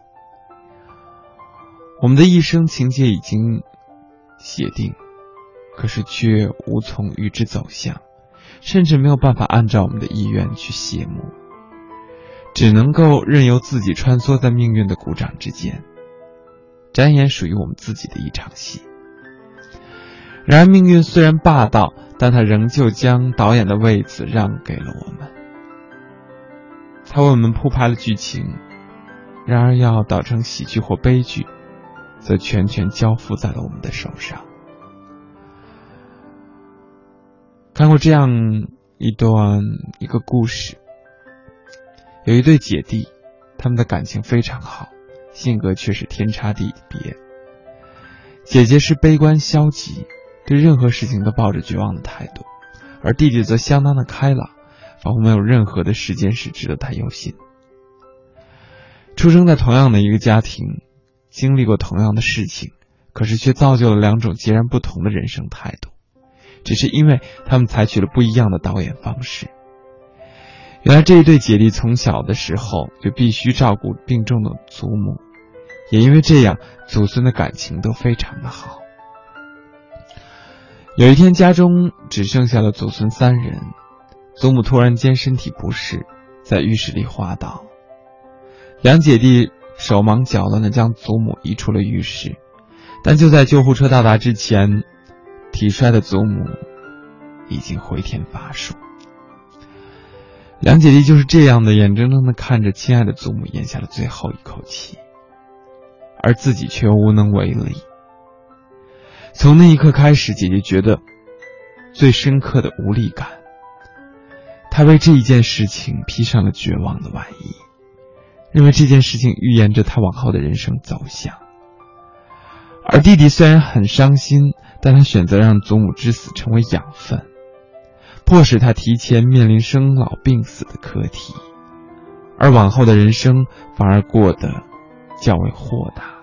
我们的一生情节已经写定，可是却无从预知走向，甚至没有办法按照我们的意愿去谢幕，只能够任由自己穿梭在命运的鼓掌之间，展演属于我们自己的一场戏。然而命运虽然霸道，但它仍旧将导演的位子让给了我们，他为我们铺排了剧情，然而要导成喜剧或悲剧，则全权交付在了我们的手上。看过这样一个故事，有一对姐弟，他们的感情非常好，性格却是天差地别。姐姐是悲观消极，对任何事情都抱着绝望的态度，而弟弟则相当的开朗，仿佛没有任何的时间是值得他忧心。出生在同样的一个家庭，经历过同样的事情，可是却造就了两种截然不同的人生态度，只是因为他们采取了不一样的导演方式。原来这一对姐弟从小的时候就必须照顾病重的祖母，也因为这样，祖孙的感情都非常的好。有一天，家中只剩下了祖孙三人，祖母突然间身体不适，在浴室里滑倒。两姐弟手忙脚乱地将祖母移出了浴室，但就在救护车到达之前，体衰的祖母已经回天乏术。两姐弟就是这样的眼睁睁地看着亲爱的祖母咽下了最后一口气，而自己却无能为力。从那一刻开始，姐姐觉得最深刻的无力感，她为这一件事情披上了绝望的外衣，认为这件事情预言着她往后的人生走向。而弟弟虽然很伤心，但他选择让祖母之死成为养分，迫使他提前面临生老病死的课题，而往后的人生反而过得较为豁达。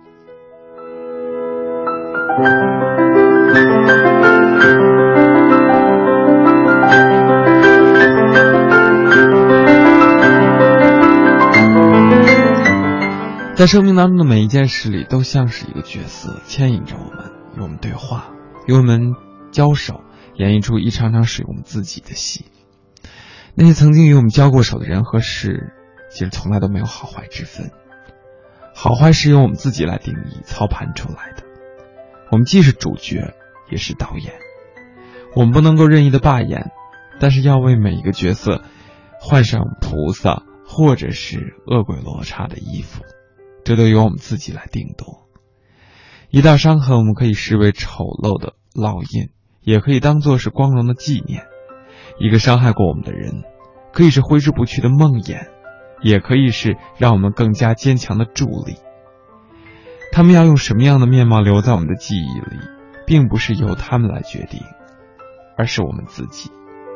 在生命当中的每一件事里，都像是一个角色牵引着我们，与我们对话，与我们交手，演绎出一场场属于我们自己的戏。那些曾经与我们交过手的人和事，其实从来都没有好坏之分，好坏是由我们自己来定义操盘出来的。我们既是主角也是导演，我们不能够任意的罢演，但是要为每一个角色换上菩萨或者是恶鬼罗刹的衣服，这都由我们自己来定夺。一道伤痕我们可以视为丑陋的烙印，也可以当作是光荣的纪念。一个伤害过我们的人，可以是挥之不去的梦魇，也可以是让我们更加坚强的助力。他们要用什么样的面貌留在我们的记忆里，并不是由他们来决定，而是我们自己。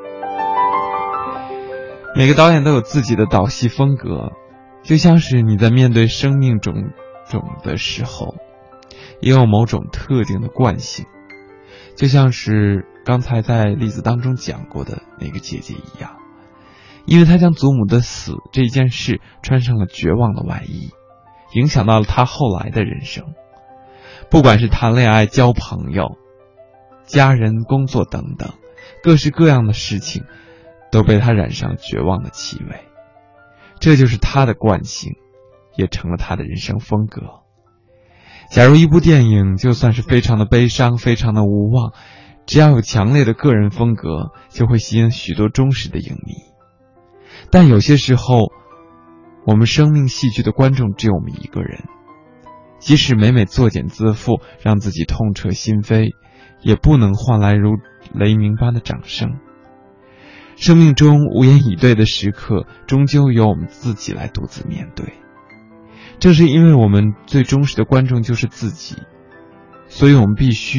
每个导演都有自己的导戏风格，就像是你在面对生命种种的时候，也有某种特定的惯性，就像是刚才在例子当中讲过的那个姐姐一样，因为她将祖母的死这件事穿上了绝望的外衣，影响到了她后来的人生。不管是谈恋爱、交朋友， 家人、工作等等，各式各样的事情都被他染上绝望的气味。这就是他的惯性，也成了他的人生风格。假如一部电影就算是非常的悲伤，非常的无望，只要有强烈的个人风格，就会吸引许多忠实的影迷。但有些时候，我们生命戏剧的观众只有我们一个人，即使每每作茧自缚，让自己痛彻心扉，也不能换来如雷鸣般的掌声。生命中无言以对的时刻，终究由我们自己来独自面对。正是因为我们最忠实的观众就是自己，所以我们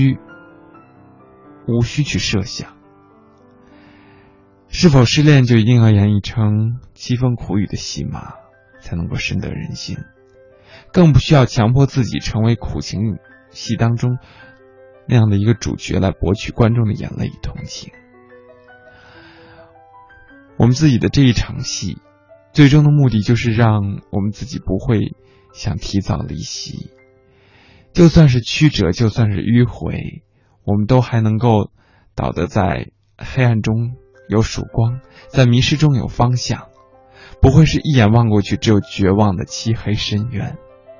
无需去设想是否失恋就一定要演绎成凄风苦雨的戏码才能够深得人心，更不需要强迫自己成为苦情戏当中那样的一个主角来博取观众的眼泪与同情。我们自己的这一场戏，最终的目的就是让我们自己不会想提早离席，就算是曲折，就算是迂回，我们都还能够倒得在黑暗中有曙光，在迷失中有方向，不会是一眼望过去只有绝望的漆黑深渊。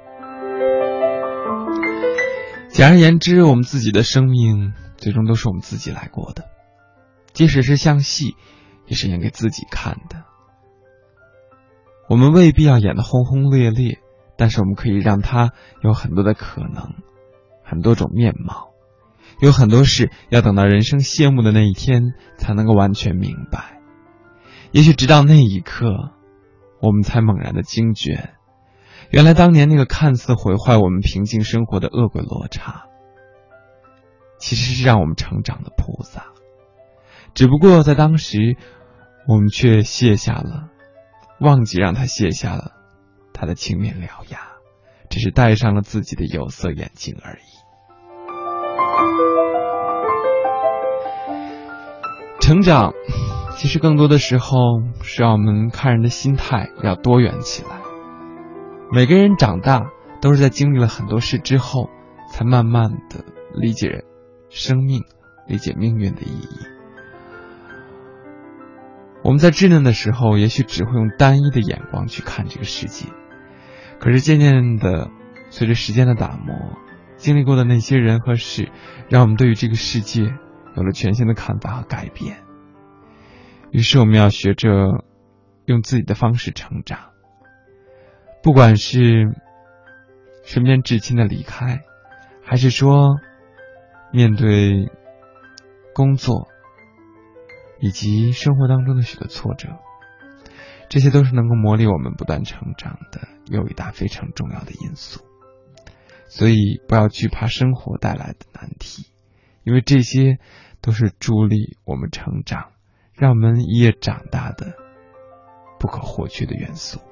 简而言之，我们自己的生命最终都是我们自己来过的，即使是像戏，也是演给自己看的。我们未必要演得轰轰烈烈，但是我们可以让它有很多的可能，很多种面貌，有很多事要等到人生谢幕的那一天才能够完全明白。也许直到那一刻，我们才猛然的惊觉，原来当年那个看似毁坏我们平静生活的恶鬼落差，其实是让我们成长的菩萨。只不过在当时，我们却忘记让他卸下了他的青面獠牙，只是戴上了自己的有色眼镜而已。成长其实更多的时候是让我们看人的心态要多元起来。每个人长大都是在经历了很多事之后，才慢慢的理解生命，理解命运的意义。我们在稚嫩的时候，也许只会用单一的眼光去看这个世界，可是渐渐的，随着时间的打磨，经历过的那些人和事，让我们对于这个世界有了全新的看法和改变。于是我们要学着用自己的方式成长，不管是身边至亲的离开，还是说面对工作以及生活当中的许多挫折，这些都是能够磨砺我们不断成长的又一大非常重要的因素。所以不要惧怕生活带来的难题，因为这些都是助力我们成长，让我们一夜长大的不可或缺的元素。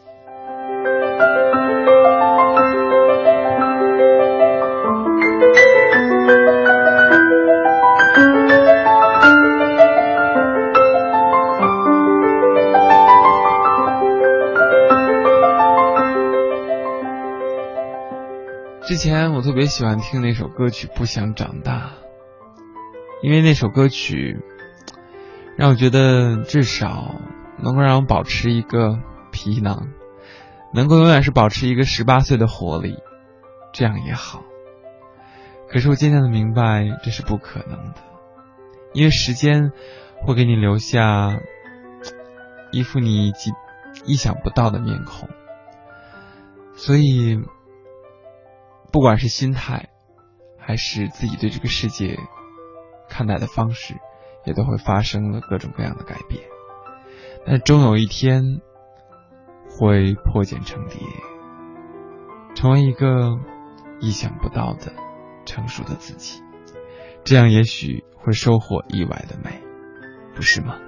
之前我特别喜欢听那首歌曲《不想长大》，因为那首歌曲让我觉得至少能够让我保持一个皮囊，能够永远是保持一个18岁的活力，这样也好。可是我渐渐的明白这是不可能的，因为时间会给你留下一副你意想不到的面孔，所以不管是心态还是自己对这个世界看待的方式，也都会发生了各种各样的改变，但终有一天会破茧成蝶，成为一个意想不到的成熟的自己，这样也许会收获意外的美，不是吗？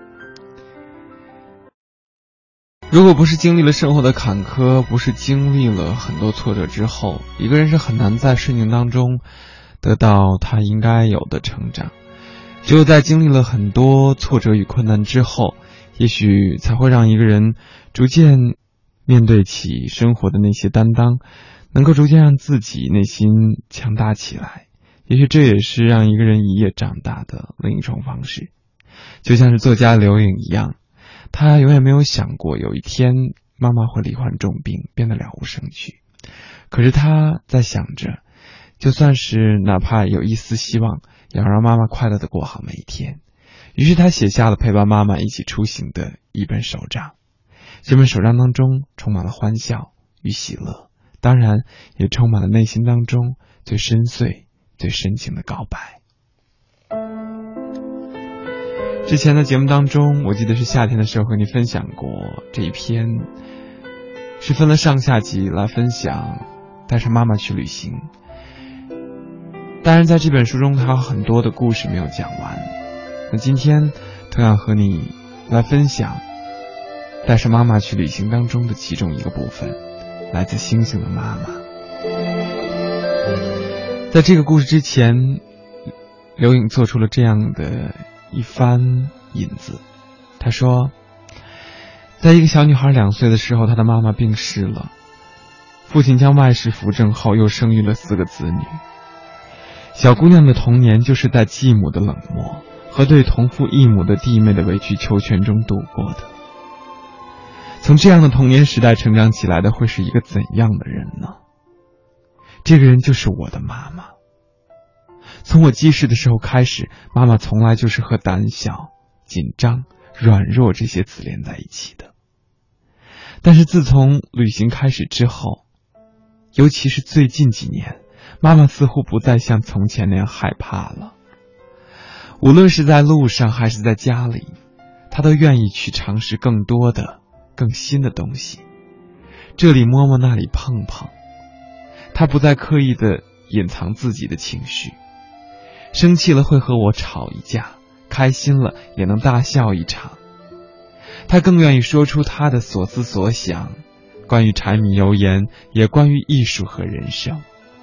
如果不是经历了生活的坎坷，不是经历了很多挫折之后，一个人是很难在顺境当中得到他应该有的成长。只有在经历了很多挫折与困难之后，也许才会让一个人逐渐面对起生活的那些担当，能够逐渐让自己内心强大起来， 也许这也是让一个人一夜长大的另一种方式。就像是作家刘颖一样，他永远没有想过有一天妈妈会罹患重病，变得了无生趣。可是他在想着，就算是哪怕有一丝希望，也要让妈妈快乐地过好每一天。于是他写下了陪伴妈妈一起出行的一本手账。这本手账当中充满了欢笑与喜乐，当然也充满了内心当中最深邃最深情的告白。之前的节目当中，我记得是夏天的时候和你分享过这一篇，是分了上下集来分享带上妈妈去旅行。当然在这本书中还有很多的故事没有讲完，那今天同样和你来分享带上妈妈去旅行当中的其中一个部分，来自星星的妈妈。在这个故事之前，刘颖做出了这样的一番引子。她说，在一个小女孩2岁的时候，她的妈妈病逝了，父亲将外事扶正后又生育了4个子女。小姑娘的童年就是在继母的冷漠和对同父异母的弟妹的委曲求全中度过的。从这样的童年时代成长起来的会是一个怎样的人呢？这个人就是我的妈妈。从我记事的时候开始，妈妈从来就是和胆小、紧张、软弱这些词连在一起的。但是自从旅行开始之后，尤其是最近几年，妈妈似乎不再像从前那样害怕了。无论是在路上还是在家里，她都愿意去尝试更多的更新的东西，这里摸摸那里碰碰。她不再刻意地隐藏自己的情绪，生气了会和我吵一架，开心了也能大笑一场。她更愿意说出她的所思所想，关于柴米油盐，也关于艺术和人生。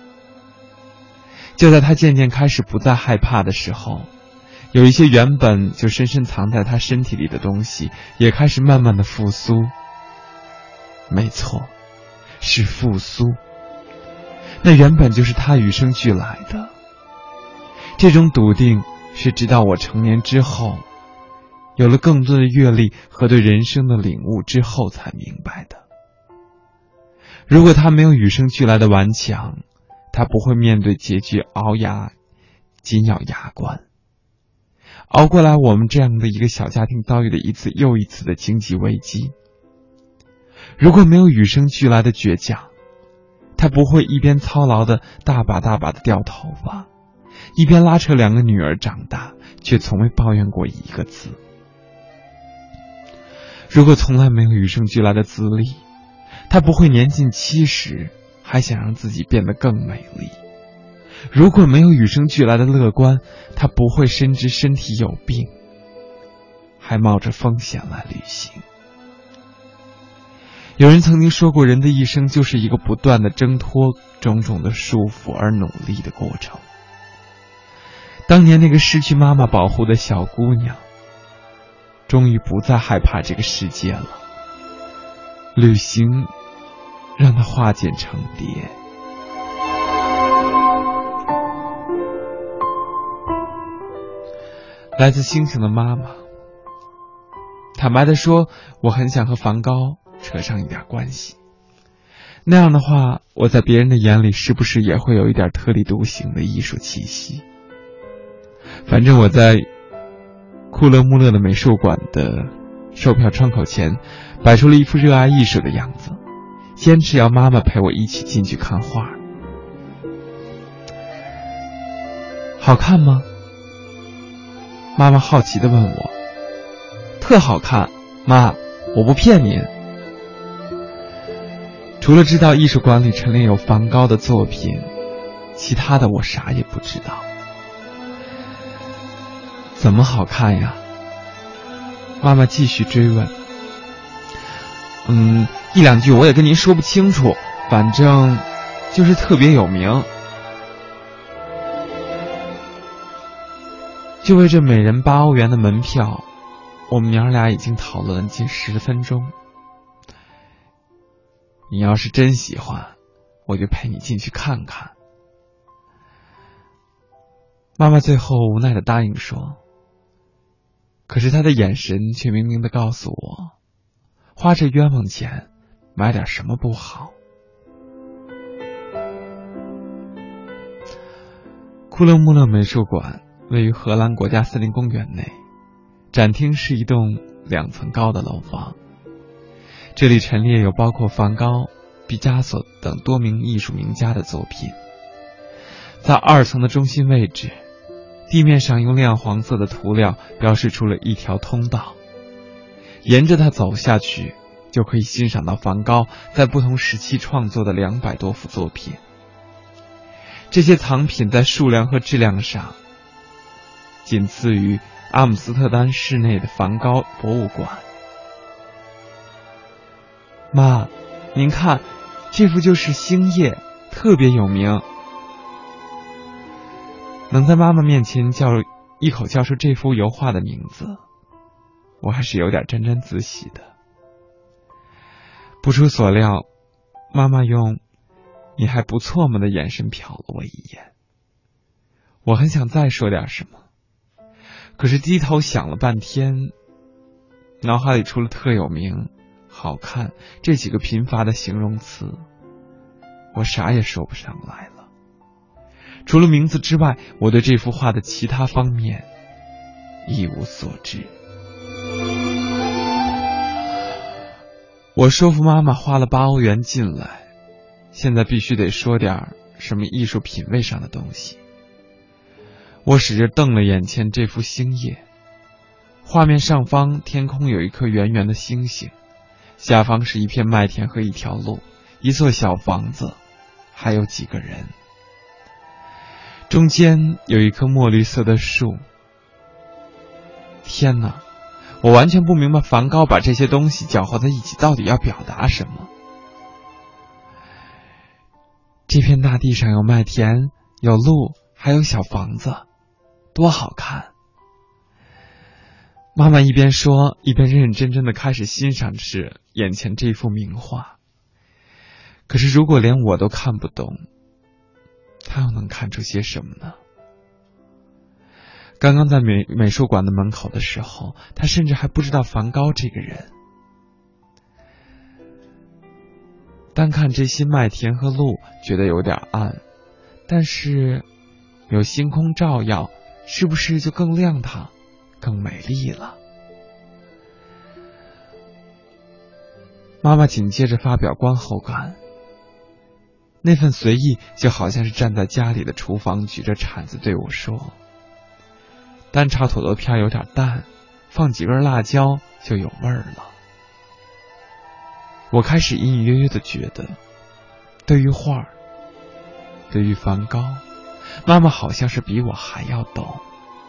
就在她渐渐开始不再害怕的时候，有一些原本就深深藏在她身体里的东西也开始慢慢的复苏。没错，是复苏。那原本就是她与生俱来的。这种笃定是直到我成年之后，有了更多的阅历和对人生的领悟之后才明白的。如果她没有与生俱来的顽强，她不会面对结局熬牙紧咬牙关，熬过来我们这样的一个小家庭遭遇的一次又一次的经济危机。如果没有与生俱来的倔强，她不会一边操劳的大把大把的掉头发，一边拉扯2个女儿长大，却从未抱怨过一个字。如果从来没有与生俱来的资历，她不会年近70还想让自己变得更美丽。如果没有与生俱来的乐观，她不会深知身体有病还冒着风险来旅行。有人曾经说过，人的一生就是一个不断的挣脱种种的束缚而努力的过程。当年那个失去妈妈保护的小姑娘，终于不再害怕这个世界了。旅行让她化茧成蝶。来自星星的妈妈。坦白地说，我很想和梵高扯上一点关系。那样的话，我在别人的眼里是不是也会有一点特立独行的艺术气息？反正我在库勒穆勒的美术馆的售票窗口前摆出了一副热爱艺术的样子，坚持要妈妈陪我一起进去看画。好看吗？妈妈好奇地问我。特好看，妈，我不骗您。除了知道艺术馆里陈列有梵高的作品，其他的我啥也不知道。怎么好看呀？妈妈继续追问。一两句我也跟您说不清楚，反正就是特别有名。就为这每人8欧元的门票，我们娘俩已经讨论了近10分钟。你要是真喜欢，我就陪你进去看看。 妈妈最后无奈地答应说，可是她的眼神却明明地告诉我，花这冤枉钱买点什么不好。库勒穆勒美术馆位于荷兰国家森林公园内，展厅是一栋2层高的楼房，这里陈列有包括梵高、毕加索等多名艺术名家的作品。在2层的中心位置，地面上用亮黄色的涂料标示出了一条通道，沿着它走下去，就可以欣赏到梵高在不同时期创作的200多幅作品。这些藏品在数量和质量上仅次于阿姆斯特丹市内的梵高博物馆。妈，您看，这幅就是星夜，特别有名。能在妈妈面前一口叫出这幅油画的名字，我还是有点沾沾自喜的。不出所料，妈妈用你还不错嘛的眼神瞟了我一眼。我很想再说点什么，可是低头想了半天，脑海里除了特有名、好看这几个贫乏的形容词，我啥也说不上来了。除了名字之外，我对这幅画的其他方面一无所知。我说服妈妈花了8欧元进来，现在必须得说点什么艺术品味上的东西。我使劲瞪了眼前这幅星夜，画面上方天空有一颗圆圆的星星，下方是一片麦田和一条路，一座小房子，还有几个人。中间有一棵墨绿色的树。天哪，我完全不明白梵高把这些东西搅和在一起到底要表达什么。这片大地上有麦田，有路，还有小房子，多好看。妈妈一边说，一边认认真真的开始欣赏着眼前这幅名画。可是如果连我都看不懂，他又能看出些什么呢？刚刚在美术馆的门口的时候，他甚至还不知道梵高这个人。单看这些麦田和路，觉得有点暗，但是有星空照耀，是不是就更亮堂、更美丽了？妈妈紧接着发表观后感。那份随意就好像是站在家里的厨房，举着铲子对我说，单炒土豆片有点淡，放几根辣椒就有味儿了。我开始隐隐约约的觉得，对于画，对于梵高，妈妈好像是比我还要懂。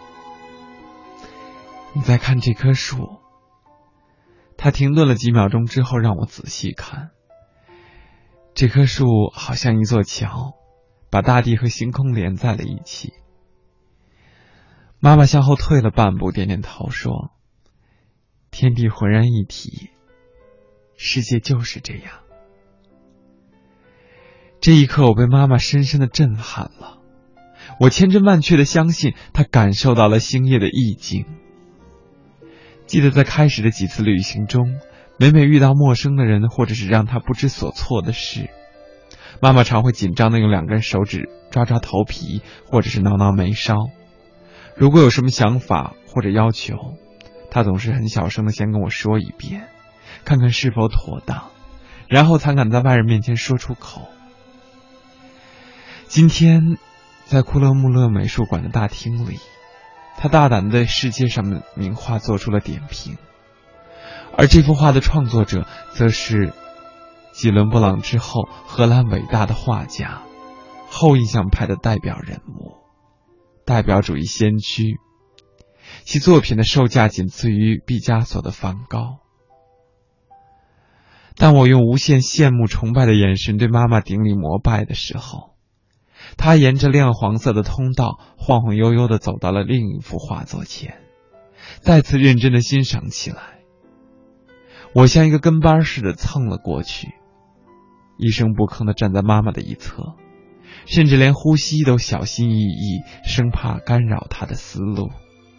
你再看这棵树。她停顿了几秒钟之后让我仔细看。这棵树好像一座桥，把大地和星空连在了一起。妈妈向后退了半步，点点头说，天地浑然一体，世界就是这样。这一刻我被妈妈深深的震撼了，我千真万确的相信她感受到了星夜的意境。记得在开始的几次旅行中，每每遇到陌生的人或者是让她不知所措的事，妈妈常会紧张的用2根手指抓抓头皮，或者是挠挠眉梢。如果有什么想法或者要求，她总是很小声的先跟我说一遍，看看是否妥当，然后才敢在外人面前说出口。今天在库勒穆勒美术馆的大厅里，他大胆地对世界上的名画做出了点评，而这幅画的创作者则是继伦勃朗之后荷兰伟大的画家，后印象派的代表人物，代表主义先驱，其作品的售价仅次于毕加索的梵高。当我用无限羡慕崇拜的眼神对妈妈顶礼膜拜的时候，她沿着亮黄色的通道晃晃悠悠地走到了另一幅画作前，再次认真地欣赏起来。我像一个跟班似的蹭了过去，一声不吭地站在妈妈的一侧， 甚至连呼吸都小心翼翼，生怕干扰他的思路。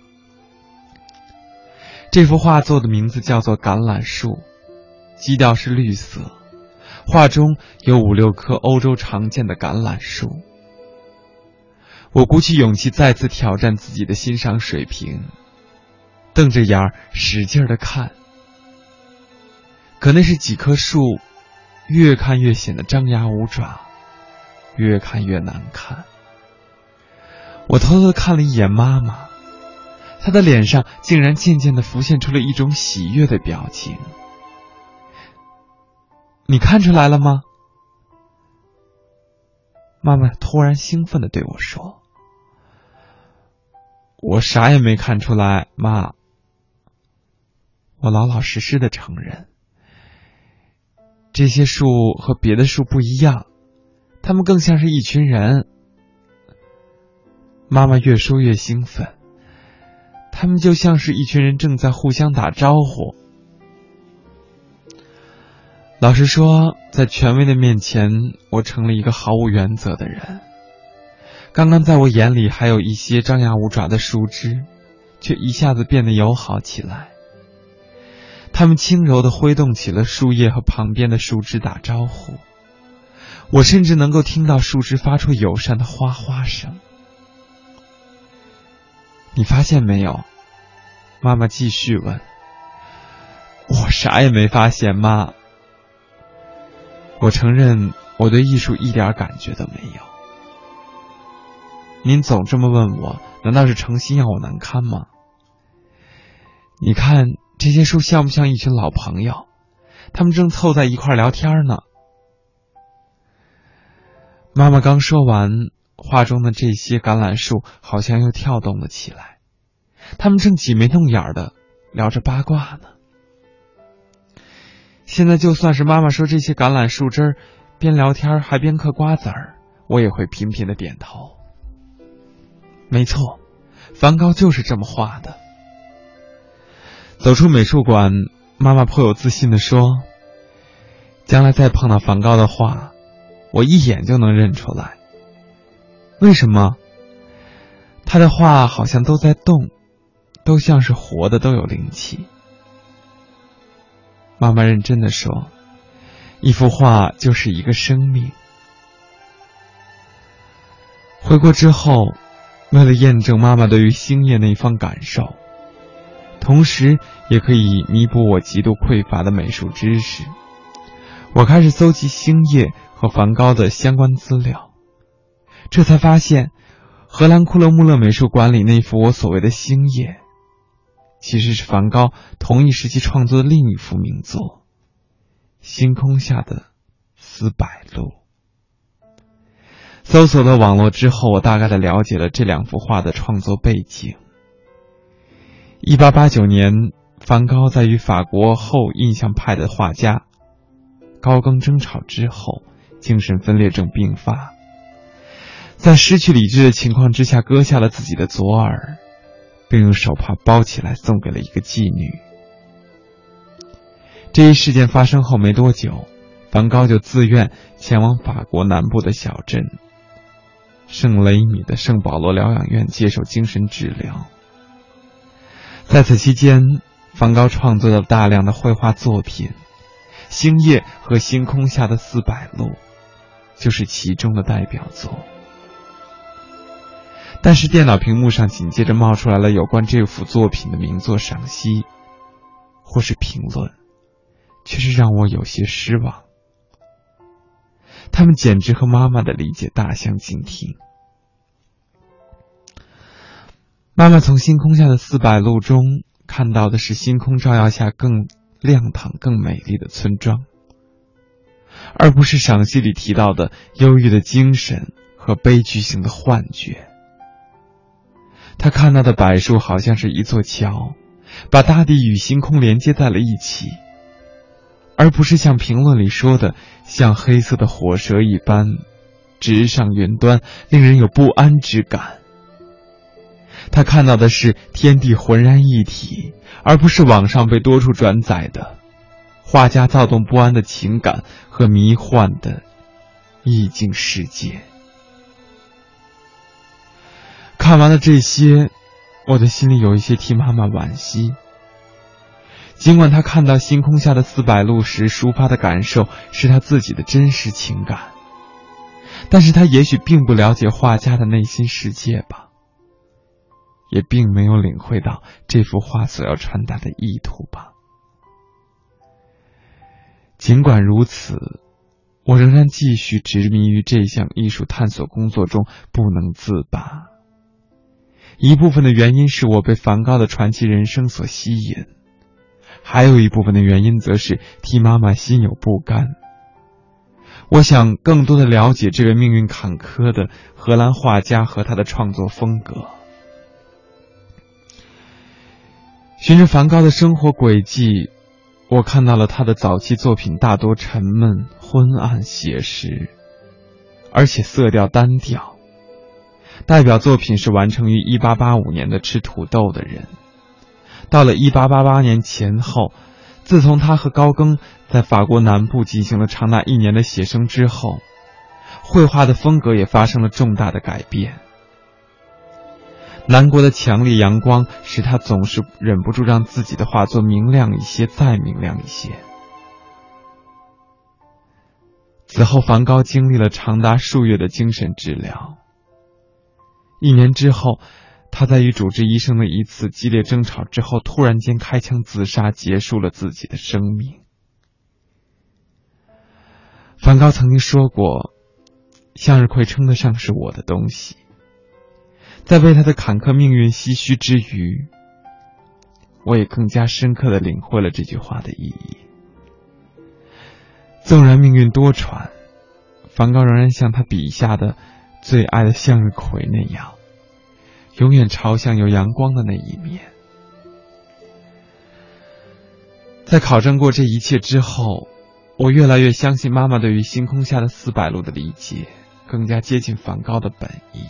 这幅画作的名字叫做《橄榄树》，基调是绿色，画中有5、6棵欧洲常见的橄榄树。我鼓起勇气再次挑战自己的欣赏水平，瞪着眼儿使劲地看，可那是几棵树，越看越显得张牙舞爪，越看越难看。我偷偷看了一眼妈妈，她的脸上竟然渐渐地浮现出了一种喜悦的表情。你看出来了吗？妈妈突然兴奋地对我说。我啥也没看出来，妈。我老老实实地承认，这些树和别的树不一样，它们更像是一群人。妈妈越说越兴奋，他们就像是一群人正在互相打招呼。老实说，在权威的面前，我成了一个毫无原则的人。刚刚在我眼里还有一些张牙舞爪的树枝，却一下子变得友好起来。它们轻柔地挥动起了树叶和旁边的树枝打招呼，我甚至能够听到树枝发出友善的哗哗声。你发现没有？妈妈继续问。我啥也没发现，妈。我承认我对艺术一点感觉都没有。您总这么问我，难道是诚心让我难堪吗？你看这些树像不像一群老朋友？他们正凑在一块聊天呢。妈妈刚说完，画中的这些橄榄树好像又跳动了起来，他们正挤眉弄眼的聊着八卦呢。现在就算是妈妈说这些橄榄树枝边聊天还边嗑瓜子儿，我也会频频的点头。没错，梵高就是这么画的。走出美术馆，妈妈颇有自信地说，将来再碰到梵高的画，我一眼就能认出来。为什么？他的画好像都在动，都像是活的，都有灵气。妈妈认真地说，一幅画就是一个生命。回国之后，为了验证妈妈对于星夜那一方感受，同时也可以弥补我极度匮乏的美术知识，我开始搜集星夜和梵高的相关资料，这才发现荷兰库勒穆勒美术馆里那幅我所谓的星夜，其实是梵高同一时期创作的另一幅名作《星空下的丝柏路》。搜索了网络之后，我大概的了解了这两幅画的创作背景。1889年，梵高在与法国后印象派的画家高更争吵之后，精神分裂症并发，在失去理智的情况之下割下了自己的左耳，并用手帕包起来送给了一个妓女。这一事件发生后没多久，梵高就自愿前往法国南部的小镇圣雷米的圣保罗疗养院接受精神治疗。在此期间，梵高创作了大量的绘画作品，《星夜》和《星空下的丝柏路》就是其中的代表作。但是电脑屏幕上紧接着冒出来了有关这幅作品的名作赏析或是评论，却是让我有些失望。他们简直和妈妈的理解大相径庭。妈妈从星空下的丝柏路中看到的是星空照耀下更亮堂更美丽的村庄，而不是赏析里提到的忧郁的精神和悲剧性的幻觉。她看到的柏树好像是一座桥，把大地与星空连接在了一起，而不是像评论里说的像黑色的火蛇一般直上云端，令人有不安之感。他看到的是天地浑然一体，而不是网上被多处转载的画家躁动不安的情感和迷幻的意境世界。 看完了这些，我的心里有一些替妈妈惋惜。尽管她看到星空下的400路时抒发的感受是她自己的真实情感，但是她也许并不了解画家的内心世界吧，也并没有领会到这幅画所要传达的意图吧。尽管如此，我仍然继续执迷于这项艺术探索工作中不能自拔。一部分的原因是我被梵高的传奇人生所吸引，还有一部分的原因则是替妈妈心有不甘。我想更多的了解这位命运坎坷的荷兰画家和他的创作风格。循着梵高的生活轨迹，我看到了他的早期作品大多沉闷、昏暗、写实，而且色调单调。代表作品是完成于1885年的《吃土豆的人》。到了1888年前后，自从他和高更在法国南部进行了长达1年的写生之后，绘画的风格也发生了重大的改变。南国的强烈阳光使他总是忍不住让自己的画作明亮一些，再明亮一些。此后，梵高经历了长达数月的精神治疗。1年之后，他在与主治医生的一次激烈争吵之后，突然间开枪自杀，结束了自己的生命。梵高曾经说过，向日葵称得上是我的东西。在为他的坎坷命运唏嘘之余，我也更加深刻地领会了这句话的意义。纵然命运多舛，梵高仍然像他笔下的最爱的向日葵那样，永远朝向有阳光的那一面。在考证过这一切之后，我越来越相信妈妈对于星空下的400路的理解更加接近梵高的本意。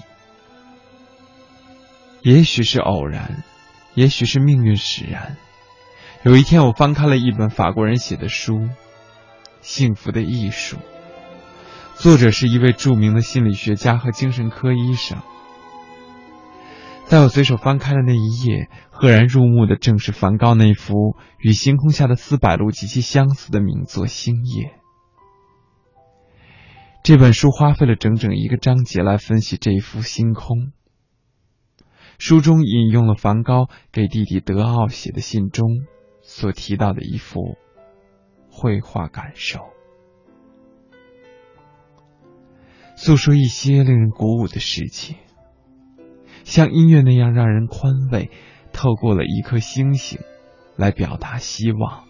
也许是偶然，也许是命运使然，有一天我翻开了一本法国人写的书《幸福的艺术》，作者是一位著名的心理学家和精神科医生。在我随手翻开的那一页，赫然入目的正是梵高那幅与星空下的400路极其相似的名作《星夜》。这本书花费了整整1个章节来分析这一幅星空。书中引用了梵高给弟弟德奥写的信中所提到的一幅绘画感受，诉说一些令人鼓舞的事情，像音乐那样让人宽慰，透过了一颗星星来表达希望。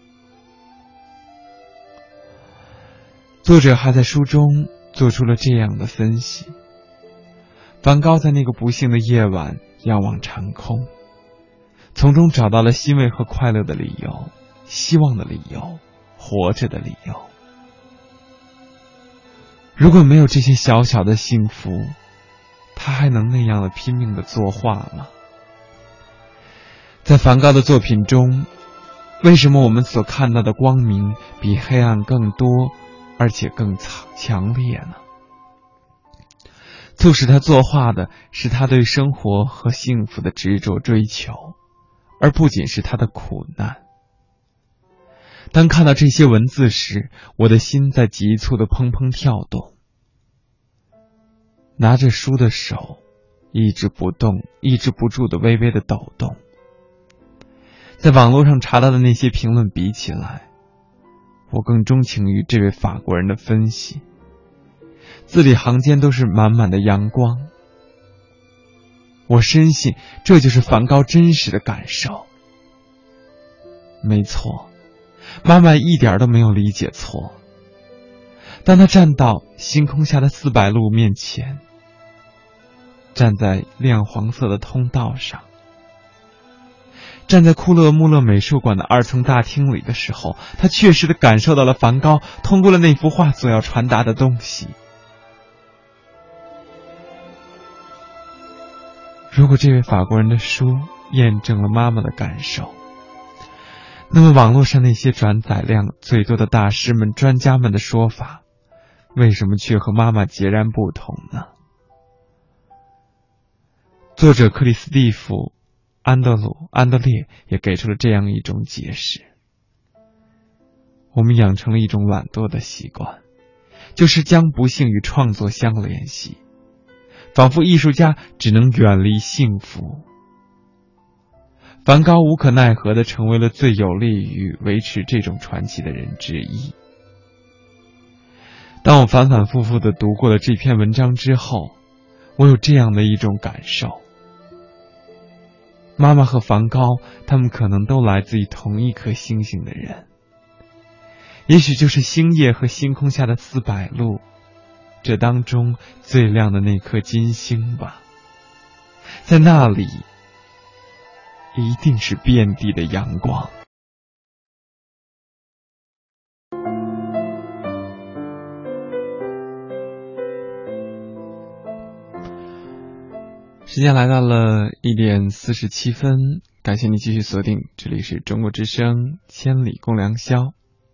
作者还在书中做出了这样的分析：梵高在那个不幸的夜晚仰望长空，从中找到了欣慰和快乐的理由，希望的理由，活着的理由。如果没有这些小小的幸福，他还能那样的拼命的作画吗？在梵高的作品中，为什么我们所看到的光明比黑暗更多，而且更强烈呢？促使他作画的是他对生活和幸福的执着追求，而不仅是他的苦难。当看到这些文字时，我的心在急促的砰砰跳动。拿着书的手抑制不动，抑制不住的微微的抖动。在网络上查到的那些评论比起来，我更钟情于这位法国人的分析，字里行间都是满满的阳光。我深信这就是梵高真实的感受。没错，妈妈一点都没有理解错。当他站到星空下的400路面前，站在亮黄色的通道上，站在库勒穆勒美术馆的2层大厅里的时候，他确实地感受到了梵高通过了那幅画所要传达的东西。如果这位法国人的书验证了妈妈的感受，那么网络上那些转载量最多的大师们、专家们的说法，为什么却和妈妈截然不同呢？ 作者克里斯蒂夫·安德烈也给出了这样一种解释：我们养成了一种懒惰的习惯，就是将不幸与创作相联系，仿佛艺术家只能远离幸福。梵高无可奈何地成为了最有利于维持这种传奇的人之一。当我反反复复地读过了这篇文章之后，我有这样的一种感受：妈妈和梵高，他们可能都来自于同一颗星星的人，也许就是星夜和星空下的400路，这当中最亮的那颗金星吧。在那里一定是遍地的阳光。时间来到了1点47分，感谢你继续锁定，这里是中国之声千里共良宵。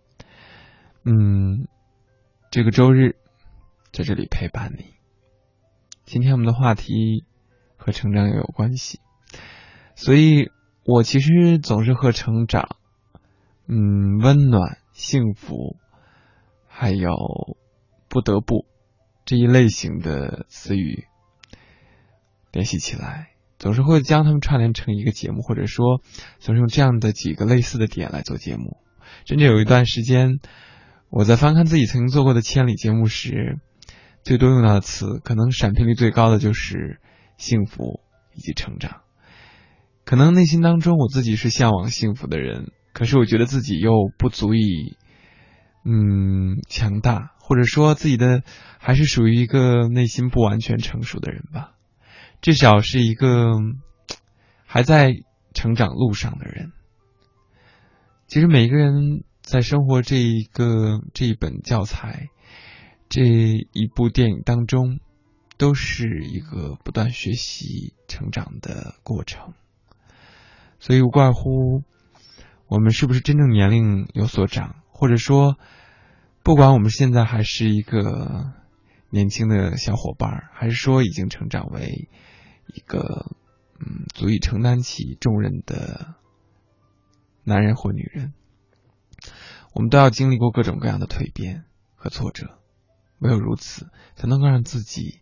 这个周日在这里陪伴你。今天我们的话题和成长也有关系，所以我其实总是和成长、温暖、幸福，还有不得不这一类型的词语联系起来，总是会将它们串联成一个节目，或者说总是用这样的几个类似的点来做节目。甚至有一段时间，我在翻看自己曾经做过的千里节目时，最多用到的词，可能闪屏率最高的就是幸福以及成长。可能内心当中我自己是向往幸福的人，可是我觉得自己又不足以强大，或者说自己的还是属于一个内心不完全成熟的人吧，至少是一个还在成长路上的人。其实每一个人在生活这一本教材，这一部电影当中，都是一个不断学习成长的过程。所以无怪乎我们是不是真正年龄有所长，或者说不管我们现在还是一个年轻的小伙伴，还是说已经成长为一个足以承担起重任的男人或女人，我们都要经历过各种各样的蜕变和挫折，唯有如此才能够让自己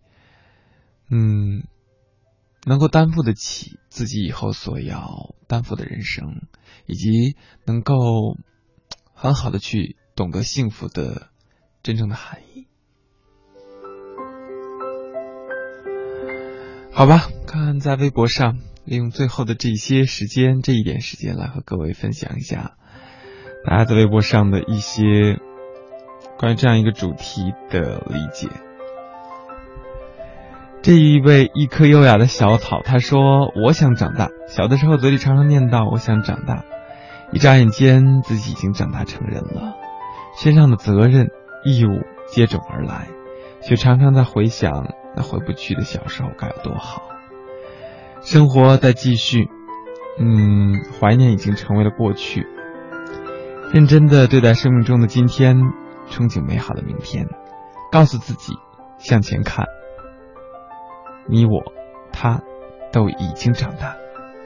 能够担负得起自己以后所要担负的人生，以及能够很好的去懂得幸福的真正的含义。好吧，看在微博上利用最后的这一点时间来和各位分享一下大家在微博上的一些关于这样一个主题的理解。这一位一颗优雅的小草，他说：我想长大，小的时候嘴里常常念叨我想长大，一眨眼间自己已经长大成人了，身上的责任义务接踵而来，却常常在回想那回不去的小时候该有多好。生活在继续，怀念已经成为了过去，认真的对待生命中的今天，憧憬美好的明天，告诉自己向前看，你我他都已经长大。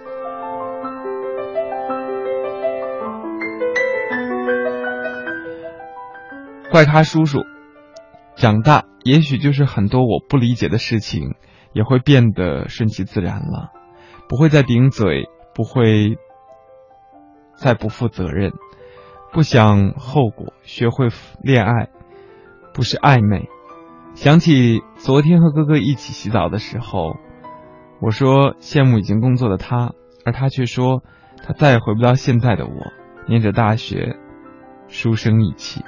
怪咖叔叔，长大也许就是很多我不理解的事情也会变得顺其自然了，不会再顶嘴，不会再不负责任，不想后果，学会恋爱，不是暧昧。想起昨天和哥哥一起洗澡的时候，我说羡慕已经工作的他，而他却说他再也回不到现在的我，念着大学，书生意气。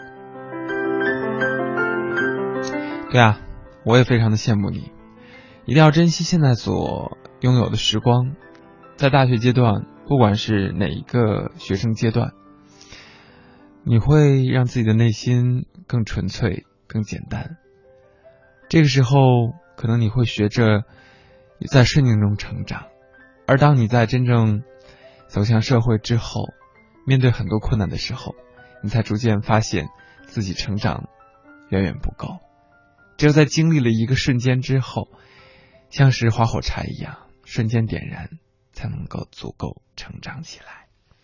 对啊，我也非常的羡慕你，一定要珍惜现在所拥有的时光。在大学阶段，不管是哪一个学生阶段，你会让自己的内心更纯粹更简单，这个时候可能你会学着在顺境中成长，而当你在真正走向社会之后，面对很多困难的时候，你才逐渐发现自己成长远远不够。只有在经历了一个瞬间之后，像是划火柴一样， 瞬间点燃，才能够足够成长起来。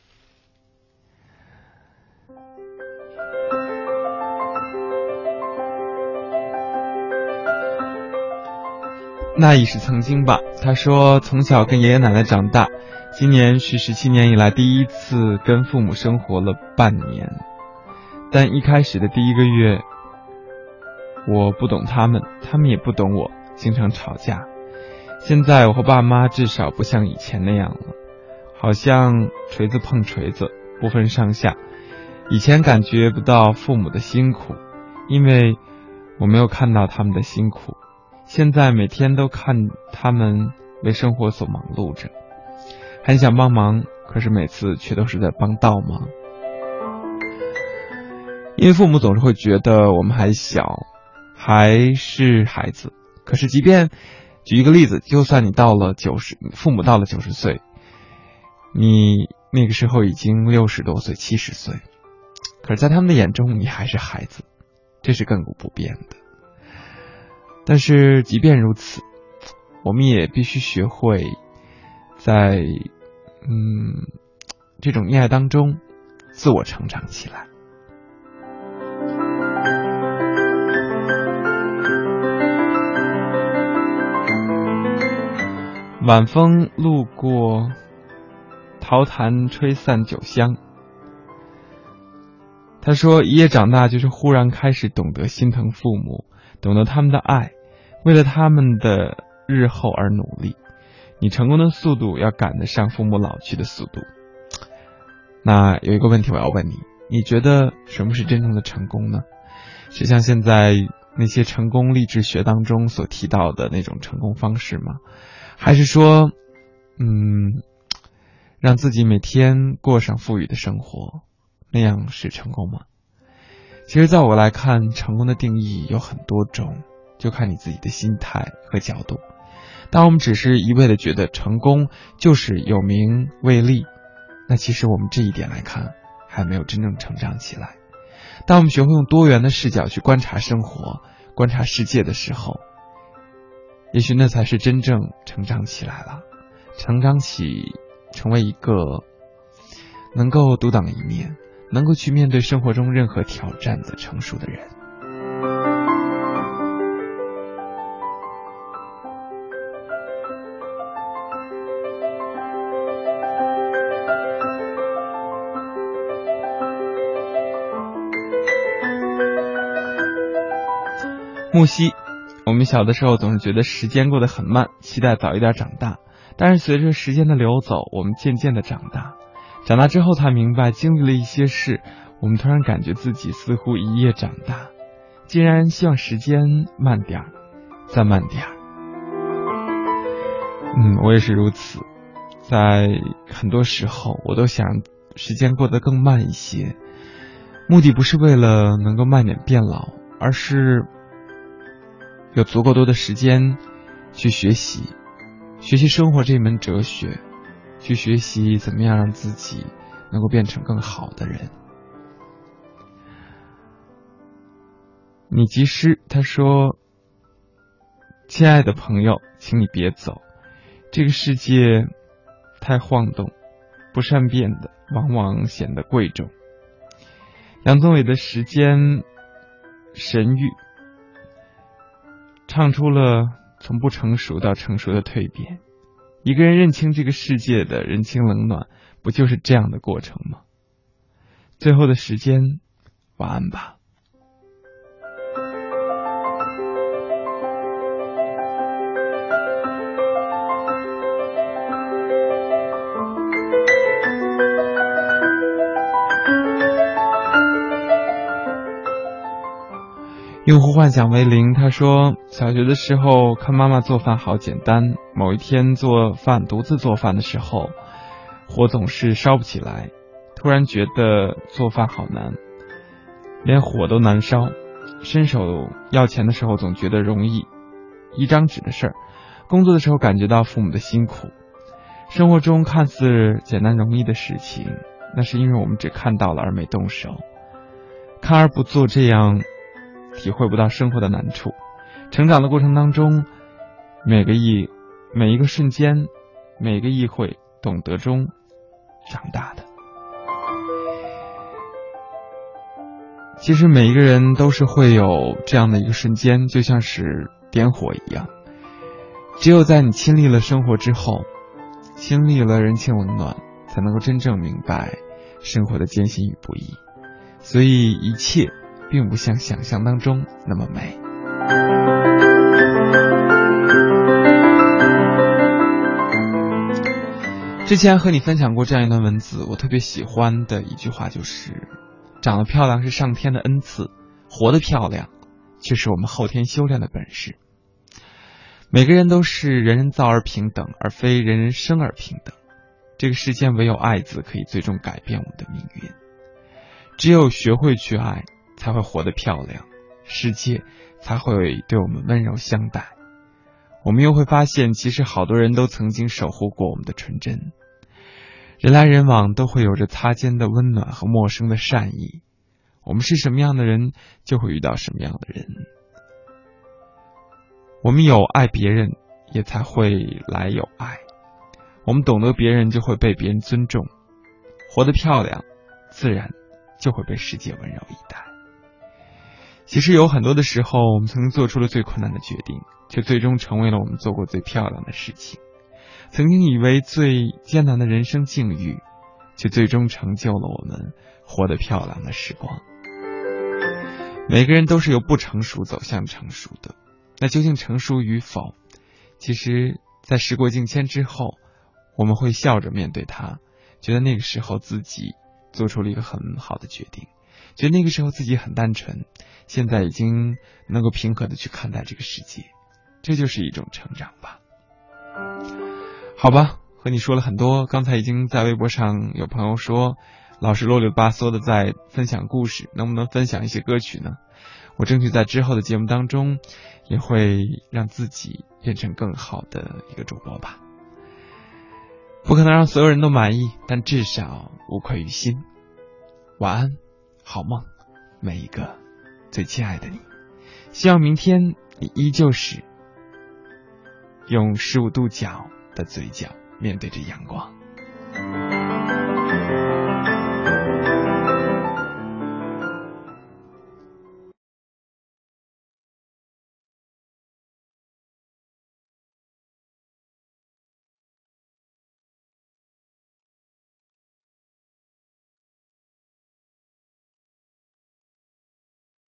那已是曾经吧。他说从小跟爷爷奶奶长大，今年是17年以来第一次跟父母生活了半年，但一开始的第1个月我不懂他们，他们也不懂我，经常吵架。现在我和爸妈至少不像以前那样了，好像锤子碰锤子，不分上下。以前感觉不到父母的辛苦，因为我没有看到他们的辛苦。现在每天都看他们为生活所忙碌着，很想帮忙，可是每次却都是在帮倒忙。因为父母总是会觉得我们还小，还是孩子。可是即便举一个例子，就算你父母到了90岁，你那个时候已经60多岁、70岁，可是在他们的眼中你还是孩子，这是亘古不变的。但是即便如此，我们也必须学会在这种溺爱当中自我成长起来。晚风路过，桃坛吹散酒香。他说一夜长大就是忽然开始懂得心疼父母，懂得他们的爱，为了他们的日后而努力。你成功的速度要赶得上父母老去的速度。那有一个问题我要问你，你觉得什么是真正的成功呢？是像现在那些成功励志学当中所提到的那种成功方式吗？还是说让自己每天过上富裕的生活，那样是成功吗？其实在我来看，成功的定义有很多种，就看你自己的心态和角度。当我们只是一味的觉得成功就是有名位利，那其实我们这一点来看还没有真正成长起来。当我们学会用多元的视角去观察生活、观察世界的时候，也许那才是真正成长起来了，成为一个能够独当一面，能够去面对生活中任何挑战的成熟的人。木西，我们小的时候总是觉得时间过得很慢，期待早一点长大。但是随着时间的流走，我们渐渐的长大。长大之后才明白，经历了一些事，我们突然感觉自己似乎一夜长大。竟然希望时间慢点，再慢点。我也是如此。在很多时候，我都想时间过得更慢一些，目的不是为了能够慢点变老，而是有足够多的时间去学习生活这门哲学，去学习怎么样让自己能够变成更好的人。你及时，他说，亲爱的朋友，请你别走，这个世界太晃动，不善变的往往显得贵重。杨宗纬的时间神谕唱出了从不成熟到成熟的蜕变。一个人认清这个世界的人情冷暖，不就是这样的过程吗？最后的时间，晚安吧。用户幻想为零，他说小学的时候看妈妈做饭好简单，某一天独自做饭的时候，火总是烧不起来，突然觉得做饭好难，连火都难烧，伸手要钱的时候总觉得容易，一张纸的事儿，工作的时候感觉到父母的辛苦，生活中看似简单容易的事情，那是因为我们只看到了而没动手，看而不做，这样体会不到生活的难处。成长的过程当中，每每一个瞬间，每个意会懂得中长大的。其实每一个人都是会有这样的一个瞬间，就像是点火一样，只有在你亲历了生活之后，经历了人情冷暖，才能够真正明白生活的艰辛与不易。所以一切并不像想象当中那么美。之前和你分享过这样一段文字，我特别喜欢的一句话就是长得漂亮是上天的恩赐，活得漂亮却是我们后天修炼的本事。每个人都是人人造而平等，而非人人生而平等。这个世间唯有爱字可以最终改变我们的命运，只有学会去爱，才会活得漂亮，世界才会对我们温柔相待。我们又会发现，其实好多人都曾经守护过我们的纯真。人来人往都会有着擦肩的温暖和陌生的善意，我们是什么样的人，就会遇到什么样的人。我们有爱别人，也才会来有爱。我们懂得别人，就会被别人尊重。活得漂亮，自然就会被世界温柔以待。其实有很多的时候，我们曾经做出了最困难的决定，却最终成为了我们做过最漂亮的事情。曾经以为最艰难的人生境遇，却最终成就了我们活得漂亮的时光。每个人都是由不成熟走向成熟的，那究竟成熟与否，其实在时过境迁之后，我们会笑着面对它，觉得那个时候自己做出了一个很好的决定，觉得那个时候自己很单纯，现在已经能够平和的去看待这个世界，这就是一种成长吧。好吧，和你说了很多，刚才已经在微博上有朋友说，老是啰里吧嗦的在分享故事，能不能分享一些歌曲呢？我争取在之后的节目当中，也会让自己变成更好的一个主播吧。不可能让所有人都满意，但至少无愧于心。晚安，好梦，每一个最亲爱的你。希望明天你依旧是用15度角的嘴角面对着阳光。